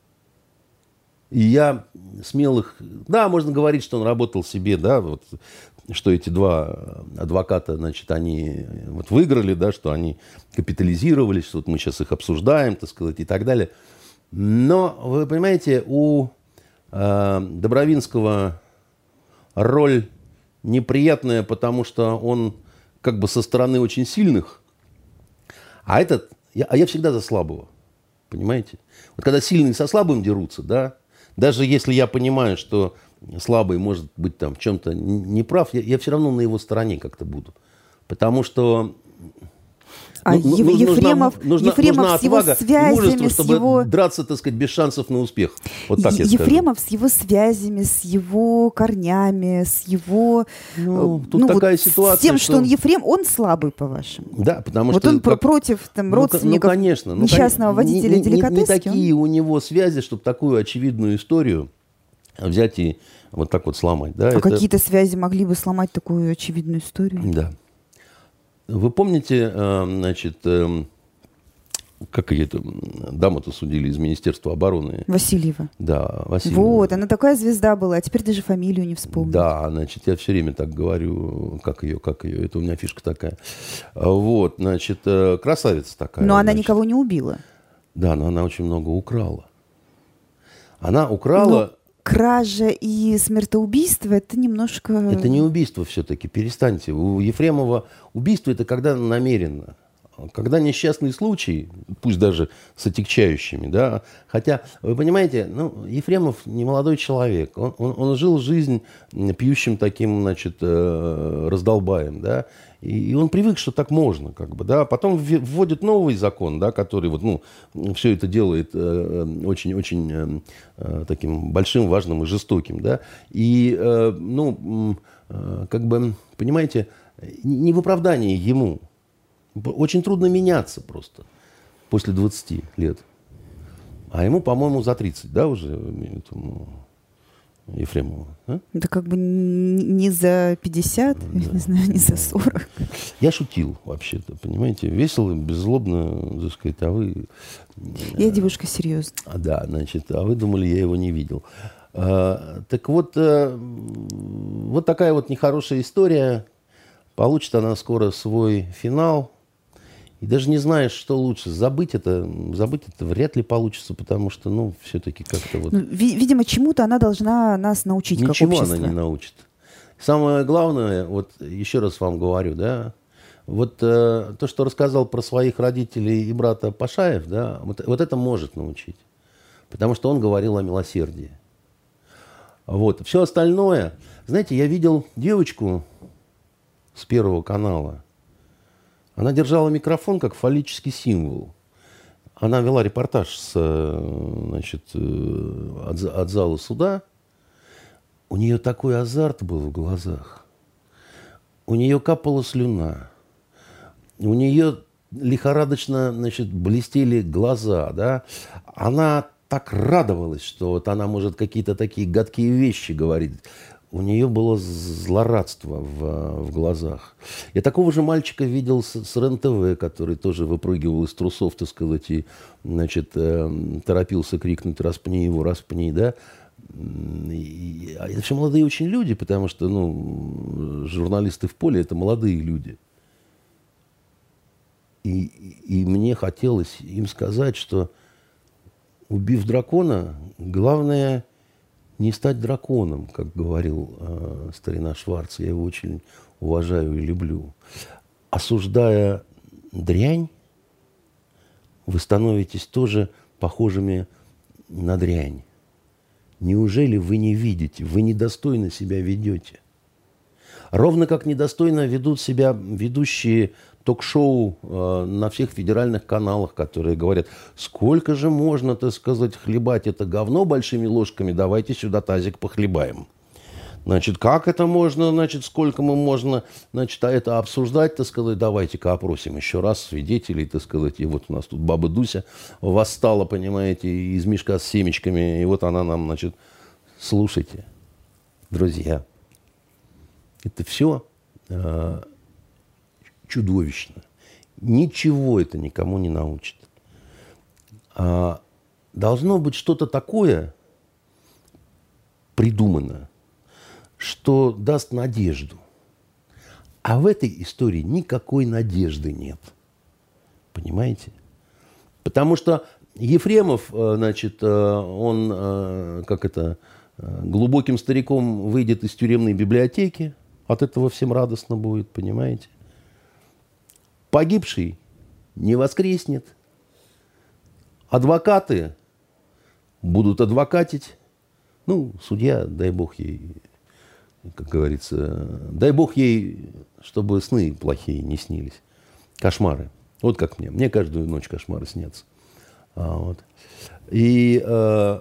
S2: И я смелых... Да, можно говорить, что он работал себе, да, вот, что эти два адвоката, значит, они вот выиграли, да, что они капитализировались, что вот мы сейчас их обсуждаем, так сказать, и так далее. Но, вы понимаете, у э, Добровинского роль неприятная, потому что он как бы со стороны очень сильных, а этот... Я, а я всегда за слабого, понимаете? Вот когда сильные со слабым дерутся, да, даже если я понимаю, что слабый может быть там в чем-то неправ, я, я все равно на его стороне как-то буду. Потому что...
S1: А
S2: ну,
S1: Ев-
S2: нужна,
S1: Ефремов,
S2: нужна,
S1: Ефремов
S2: нужна
S1: с его
S2: отвага
S1: связями,
S2: и мужество,
S1: с
S2: чтобы
S1: его...
S2: драться, так сказать, без шансов на успех. Вот так я скажу.
S1: Ефремов с его связями, с его корнями, с его...
S2: Ну,
S1: э,
S2: тут
S1: ну,
S2: такая
S1: вот
S2: ситуация,
S1: с тем, что...
S2: что
S1: он Ефрем, он слабый, по-вашему.
S2: Да, потому
S1: вот
S2: что...
S1: он
S2: как...
S1: против там,
S2: ну,
S1: родственников
S2: ну, конечно, ну,
S1: несчастного
S2: кон...
S1: водителя
S2: не, не,
S1: деликатески.
S2: Не такие у него связи, чтобы такую очевидную историю взять и вот так вот сломать. Да?
S1: А
S2: Это...
S1: какие-то связи могли бы сломать такую очевидную историю?
S2: Да. Вы помните, значит, как ее даму-то судили из Министерства обороны?
S1: Васильева.
S2: Да, Васильева.
S1: Вот, она такая звезда была, а теперь даже фамилию не вспомню.
S2: Да, значит, я все время так говорю, как ее, как ее, это у меня фишка такая. Вот, значит, красавица такая.
S1: Но она
S2: значит.
S1: никого не убила.
S2: Да, но она очень много украла. Она украла...
S1: Но кража и смертоубийство — это немножко...
S2: Это не убийство все-таки, перестаньте. У Ефремова убийство — это когда намеренно. Когда несчастный случай, пусть даже с отягчающими, да, хотя, вы понимаете, ну, Ефремов не молодой человек, он, он, он жил жизнь пьющим таким, значит, э, раздолбаем, да, и, и он привык, что так можно, как бы, да, потом вводит новый закон, да, который вот, ну, все это делает очень-очень э, э, таким большим, важным и жестоким, да, и, э, ну, э, как бы, понимаете, не в оправдании ему. Очень трудно меняться просто после двадцати лет. А ему, по-моему, за тридцать, да, уже этому Ефремову? А?
S1: Да как бы не за пятьдесят, да. Я не знаю, не за сорок.
S2: Я шутил вообще-то, понимаете, весело, беззлобно, так сказать, а вы...
S1: Я девушка серьезная.
S2: Да, значит, а вы думали, я его не видел. А, так вот, а, вот такая вот нехорошая история. Получит она скоро свой финал. И даже не знаешь, что лучше. Забыть это, забыть это вряд ли получится, потому что, ну, все-таки как-то вот...
S1: Ну, ви- видимо, чему-то она должна нас научить, как
S2: Ничего
S1: общество.
S2: она не научит. Самое главное, вот еще раз вам говорю, да, вот э, то, что рассказал про своих родителей и брата Пашаев, да, вот, вот это может научить. Потому что он говорил о милосердии. Вот. Все остальное... Знаете, я видел девочку с Первого канала. Она держала микрофон как фаллический символ. Она вела репортаж с, значит, от, от зала суда. У нее такой азарт был в глазах. У нее капала слюна. У нее лихорадочно, значит, блестели глаза. Да? Она так радовалась, что вот она может какие-то такие гадкие вещи говорить. У нее было злорадство в, в глазах. Я такого же мальчика видел с, с РЕН-ТВ, который тоже выпрыгивал из трусов, так сказать, и, значит, э, торопился крикнуть «распни его, распни», да. И, а это все молодые очень люди, потому что, ну, журналисты в поле – это молодые люди. И, и мне хотелось им сказать, что, убив дракона, главное – не стать драконом, как говорил э, старина Шварц. Я его очень уважаю и люблю. Осуждая дрянь, вы становитесь тоже похожими на дрянь. Неужели вы не видите? Вы недостойно себя ведете. Ровно как недостойно ведут себя ведущие ток-шоу э, на всех федеральных каналах, которые говорят, сколько же можно, так сказать, хлебать это говно большими ложками, давайте сюда тазик похлебаем. Значит, как это можно, значит, сколько мы можно, значит, а это обсуждать, так сказать, давайте-ка опросим еще раз свидетелей, так сказать, и вот у нас тут баба Дуся восстала, понимаете, из мешка с семечками, и вот она нам, значит, слушайте, друзья, это все... Э, чудовищно. Ничего это никому не научит. А должно быть что-то такое придумано, что даст надежду. А в этой истории никакой надежды нет. Понимаете? Потому что Ефремов, значит, он, как это, глубоким стариком выйдет из тюремной библиотеки. От этого всем радостно будет, понимаете? Погибший не воскреснет. Адвокаты будут адвокатить. Ну, судья, дай бог ей, как говорится, дай бог ей, чтобы сны плохие не снились. Кошмары. Вот как мне. Мне каждую ночь кошмары снятся. А, вот. И, э,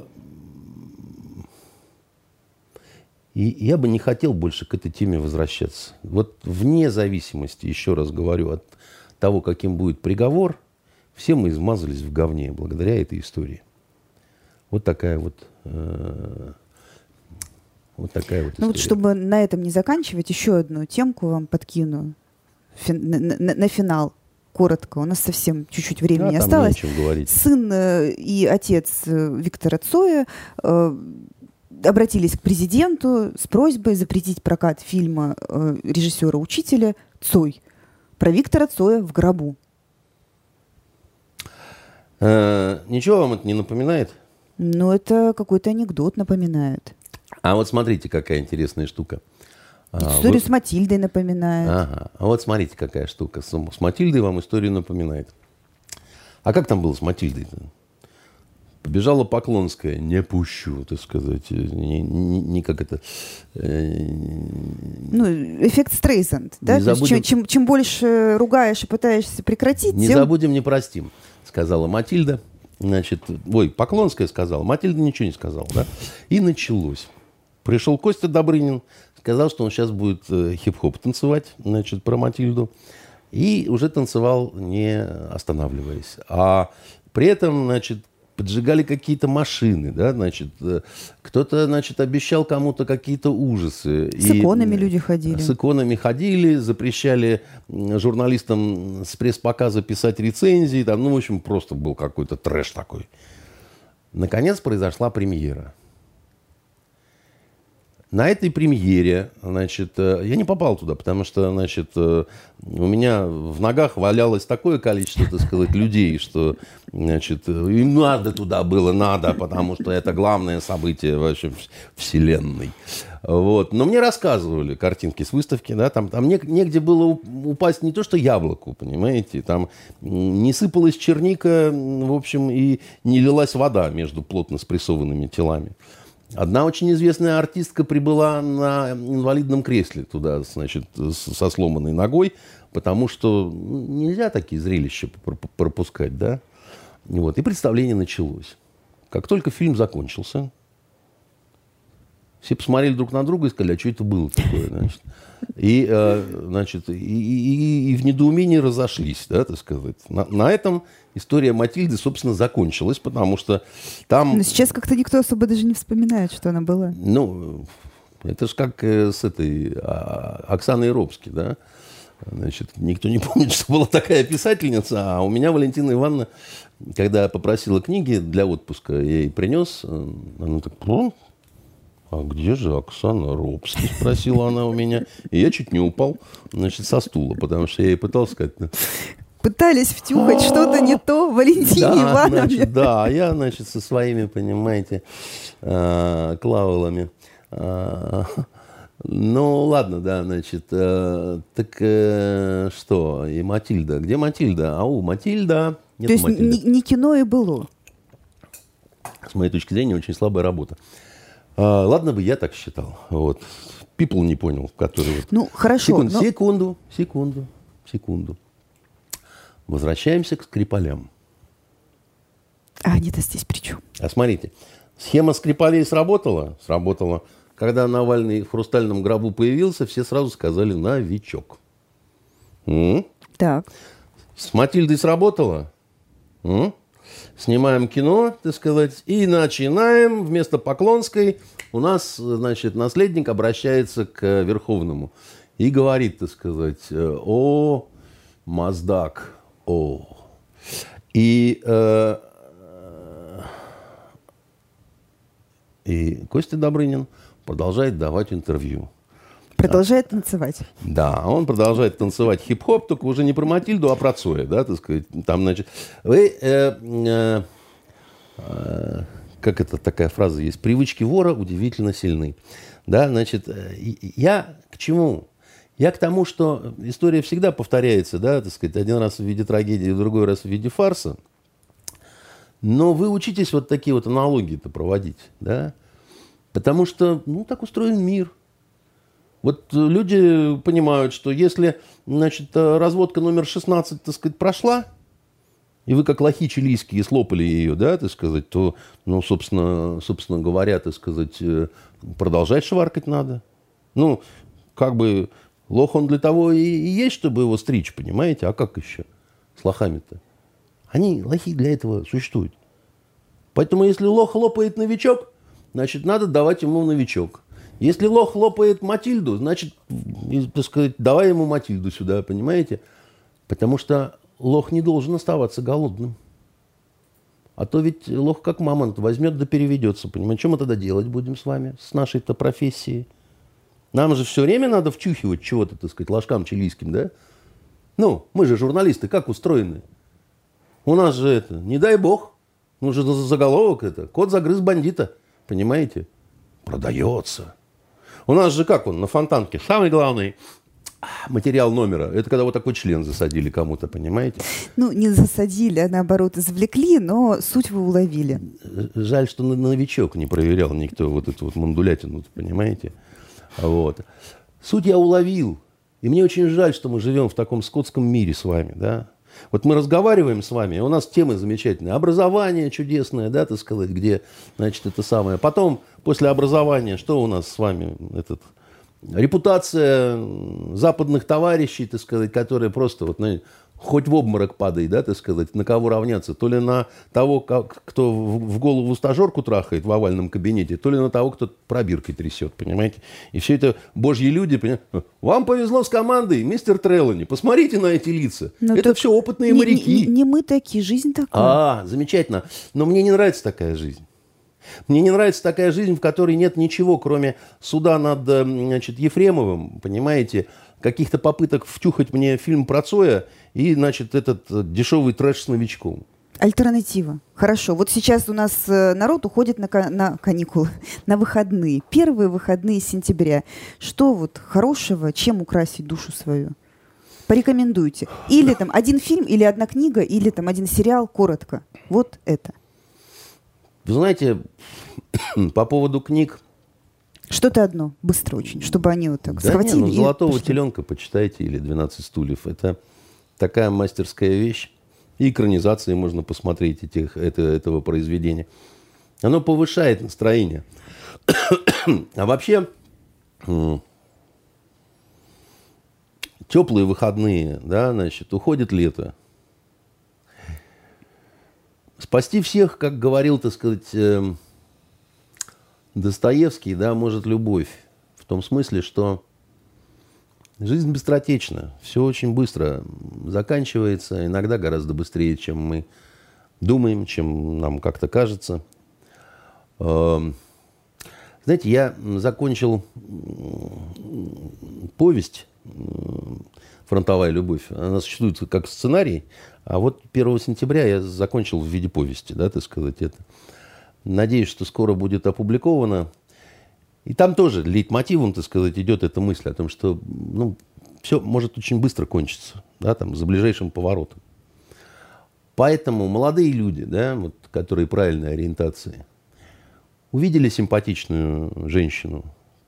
S2: и я бы не хотел больше к этой теме возвращаться. Вот вне зависимости, еще раз говорю, от того, каким будет приговор, все мы измазались в говне благодаря этой истории. Вот такая вот, э, вот такая вот история.
S1: Ну вот, чтобы на этом не заканчивать, еще одну темку вам подкину фин, на, на, на финал. Коротко. У нас совсем чуть-чуть времени
S2: а,
S1: осталось.
S2: Сын
S1: э, и отец э, Виктора Цоя э, обратились к президенту с просьбой запретить прокат фильма э, режиссера-учителя «Цой» про Виктора Цоя в гробу.
S2: Э, ничего вам это не напоминает?
S1: Ну, это какой-то анекдот напоминает.
S2: А вот смотрите, какая интересная штука.
S1: Историю
S2: вот,
S1: с Матильдой напоминает.
S2: Ага. А вот смотрите, какая штука. С, с Матильдой вам историю напоминает. А как там было с Матильдой-то? Побежала Поклонская, не пущу, так сказать, не, не, не как это... Э,
S1: ну, эффект Стрейзанд, да?
S2: Забудем,
S1: чем, чем, чем больше ругаешь и пытаешься прекратить,
S2: не
S1: тем...
S2: забудем, не простим, сказала Матильда. Значит, ой, Поклонская сказала, Матильда ничего не сказала, да? И началось. Пришел Костя Добрынин, сказал, что он сейчас будет э, хип-хоп танцевать, значит, про Матильду. И уже танцевал, не останавливаясь. А при этом, значит, поджигали какие-то машины, да, значит, кто-то, значит, обещал кому-то какие-то ужасы.
S1: С и иконами люди ходили.
S2: С иконами ходили, запрещали журналистам с пресс-показа писать рецензии, там, ну, в общем, просто был какой-то трэш такой. Наконец произошла премьера. на этой премьере, значит, я не попал туда, потому что, значит, у меня в ногах валялось такое количество, так сказать, людей, что, значит, им надо туда было, надо, потому что это главное событие вообще вселенной. Вот. Но мне рассказывали картинки с выставки, да, там, там негде было упасть не то что яблоку, понимаете, там не сыпалась черника, в общем, и не лилась вода между плотно спрессованными телами. Одна очень известная артистка прибыла на инвалидном кресле туда, значит, со сломанной ногой, потому что нельзя такие зрелища пропускать, да. Вот. И представление началось. Как только фильм закончился, все посмотрели друг на друга и сказали, а что это было такое, значит. И, значит, и, и, и в недоумении разошлись, да, так сказать. На, на этом история Матильды, собственно, закончилась, потому что там...
S1: Но сейчас как-то никто особо даже не вспоминает, что она была.
S2: Ну, это же как с этой Оксаной Робски, да. Значит, никто не помнит, что была такая писательница, а у меня Валентина Ивановна, когда попросила книги для отпуска, я ей принес, она так... А где же Оксана Робски? Спросила она у меня. И я чуть не упал, значит, со стула, потому что я ей пытался сказать...
S1: Пытались втюхать что-то не то Валентине
S2: да,
S1: Ивановне.
S2: Значит, да, а я, значит, со своими, понимаете, клавелами. Ну, ладно, да, значит, так что? И Матильда. Где Матильда? Ау, Матильда.
S1: Нет, то есть Матильды. Не, не кино и было?
S2: С моей точки зрения, очень слабая работа. А, ладно бы я так считал. Вот. People не понял, который...
S1: Ну, хорошо.
S2: Секунду,
S1: но...
S2: секунду, секунду, секунду. Возвращаемся к Скрипалям.
S1: А они-то здесь при чем?
S2: А смотрите, схема Скрипалей сработала? Сработала. Когда Навальный в хрустальном гробу появился, все сразу сказали «новичок». М?
S1: Так.
S2: С Матильдой сработало? М? Снимаем кино, так сказать, и начинаем. Вместо Поклонской у нас, значит, наследник обращается к Верховному и говорит, так сказать, о, Моздак, о. И, э, и Костя Добрынин продолжает давать интервью.
S1: Продолжает танцевать.
S2: Да, он продолжает танцевать хип-хоп, только уже не про Матильду, а про Цоя, да, так сказать. Там, значит, вы, э, э, э, как это такая фраза есть, привычки вора удивительно сильны. Да, значит, я к чему? Я к тому, что история всегда повторяется, да, так сказать, один раз в виде трагедии, другой раз в виде фарса. Но вы учитесь вот такие вот аналогии-то проводить, да, потому что, ну, так устроен мир. Вот люди понимают, что если, значит, разводка номер шестнадцать, так сказать, прошла, и вы как лохи чилийские слопали ее, да, так сказать, то, ну, собственно, собственно говоря, так сказать, продолжать шваркать надо. Ну, как бы лох он для того и, и есть, чтобы его стричь, понимаете? А как еще с лохами-то? Они, лохи, для этого существуют. Поэтому если лох лопает новичок, значит, надо давать ему новичок. Если лох лопает Матильду, значит, так сказать, давай ему Матильду сюда, понимаете? Потому что лох не должен оставаться голодным. А то ведь лох как мамонт возьмет да переведется, понимаете? Что мы тогда делать будем с вами, с нашей-то профессией? Нам же все время надо вчухивать чего-то, так сказать, ложкам чилийским, да? Ну, мы же журналисты, как устроены? У нас же это, не дай бог, ну же заголовок это, кот загрыз бандита, понимаете? Продается. У нас же как он, на Фонтанке, самый главный материал номера. Это когда вот такой член засадили кому-то, понимаете? Ну,
S1: не засадили, а наоборот извлекли, но суть вы уловили.
S2: Жаль, что новичок не проверял никто вот эту вот мандулятину, понимаете? Вот. Суть я уловил. И мне очень жаль, что мы живем в таком скотском мире с вами, да? Вот мы разговариваем с вами, у нас темы замечательные. Образование чудесное, да, так сказать, где, значит, это самое. Потом, после образования, что у нас с вами? Этот, репутация западных товарищей, так сказать, которые просто, вот, знаете, хоть в обморок падает, да, так сказать, на кого равняться. То ли на того, кто в голову стажерку трахает в овальном кабинете, то ли на того, кто пробиркой трясет, понимаете? И все это божьи люди, понимаете? Вам повезло с командой, мистер Треллани, посмотрите на эти лица. Но это все опытные
S1: не,
S2: моряки.
S1: Не, не мы такие, жизнь такая.
S2: А, замечательно. Но мне не нравится такая жизнь. Мне не нравится такая жизнь, в которой нет ничего, кроме суда над, значит, Ефремовым, понимаете, каких-то попыток втюхать мне фильм про Цоя и, значит, этот дешевый трэш с новичком.
S1: Альтернатива. Хорошо. Вот сейчас у нас народ уходит на, на каникулы, на выходные. Первые выходные сентября. Что вот хорошего, чем украсить душу свою? Порекомендуйте. Или там один фильм, или одна книга, или там один сериал, коротко. Вот это.
S2: Вы знаете, по поводу книг...
S1: Что-то одно, быстро очень, чтобы они вот так
S2: да
S1: схватили.
S2: Не, ну, «Золотого
S1: пошли.
S2: теленка» почитайте, или «двенадцать стульев». Это такая мастерская вещь. И экранизации можно посмотреть этих, это, этого произведения. Оно повышает настроение. А вообще, теплые выходные, да, значит, уходит лето. Спасти всех, как говорил, так сказать, Достоевский, да, может любовь. В том смысле, что жизнь быстротечна. Все очень быстро заканчивается. Иногда гораздо быстрее, чем мы думаем, чем нам как-то кажется. Знаете, я закончил повесть «Фронтовая любовь». Она существует как сценарий. А вот первого сентября я закончил в виде повести, да, так сказать, это. Надеюсь, что скоро будет опубликовано. И там тоже лейтмотивом, так сказать, идет эта мысль о том, что, ну, все может очень быстро кончиться, да, там, за ближайшим поворотом. Поэтому молодые люди, да, вот, которые правильной ориентации, увидели симпатичную женщину,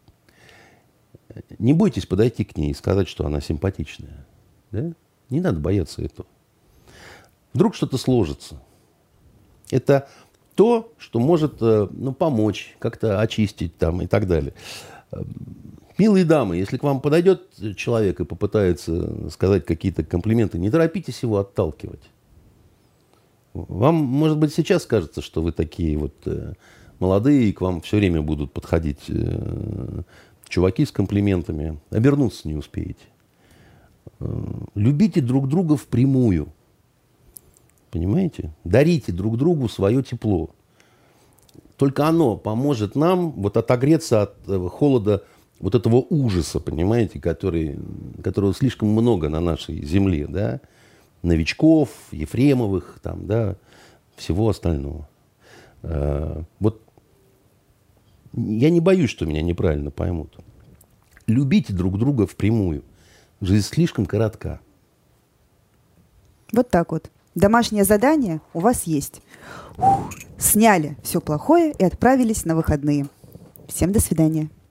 S2: не бойтесь подойти к ней и сказать, что она симпатичная. Да? Не надо бояться этого. Вдруг что-то сложится. Это то, что может, ну, помочь, как-то очистить там и так далее. Милые дамы, если к вам подойдет человек и попытается сказать какие-то комплименты, не торопитесь его отталкивать. Вам, может быть, сейчас кажется, что вы такие вот молодые, и к вам все время будут подходить чуваки с комплиментами. Обернуться не успеете. Любите друг друга впрямую. Понимаете? Дарите друг другу свое тепло. Только оно поможет нам вот отогреться от холода вот этого ужаса, понимаете, который, которого слишком много на нашей земле, да? Новичков, Ефремовых, там, да, всего остального. Вот я не боюсь, что меня неправильно поймут. Любите друг друга впрямую. Жизнь слишком коротка.
S1: Вот так вот. Домашнее задание у вас есть. Ух, сняли все плохое и отправились на выходные. Всем до свидания.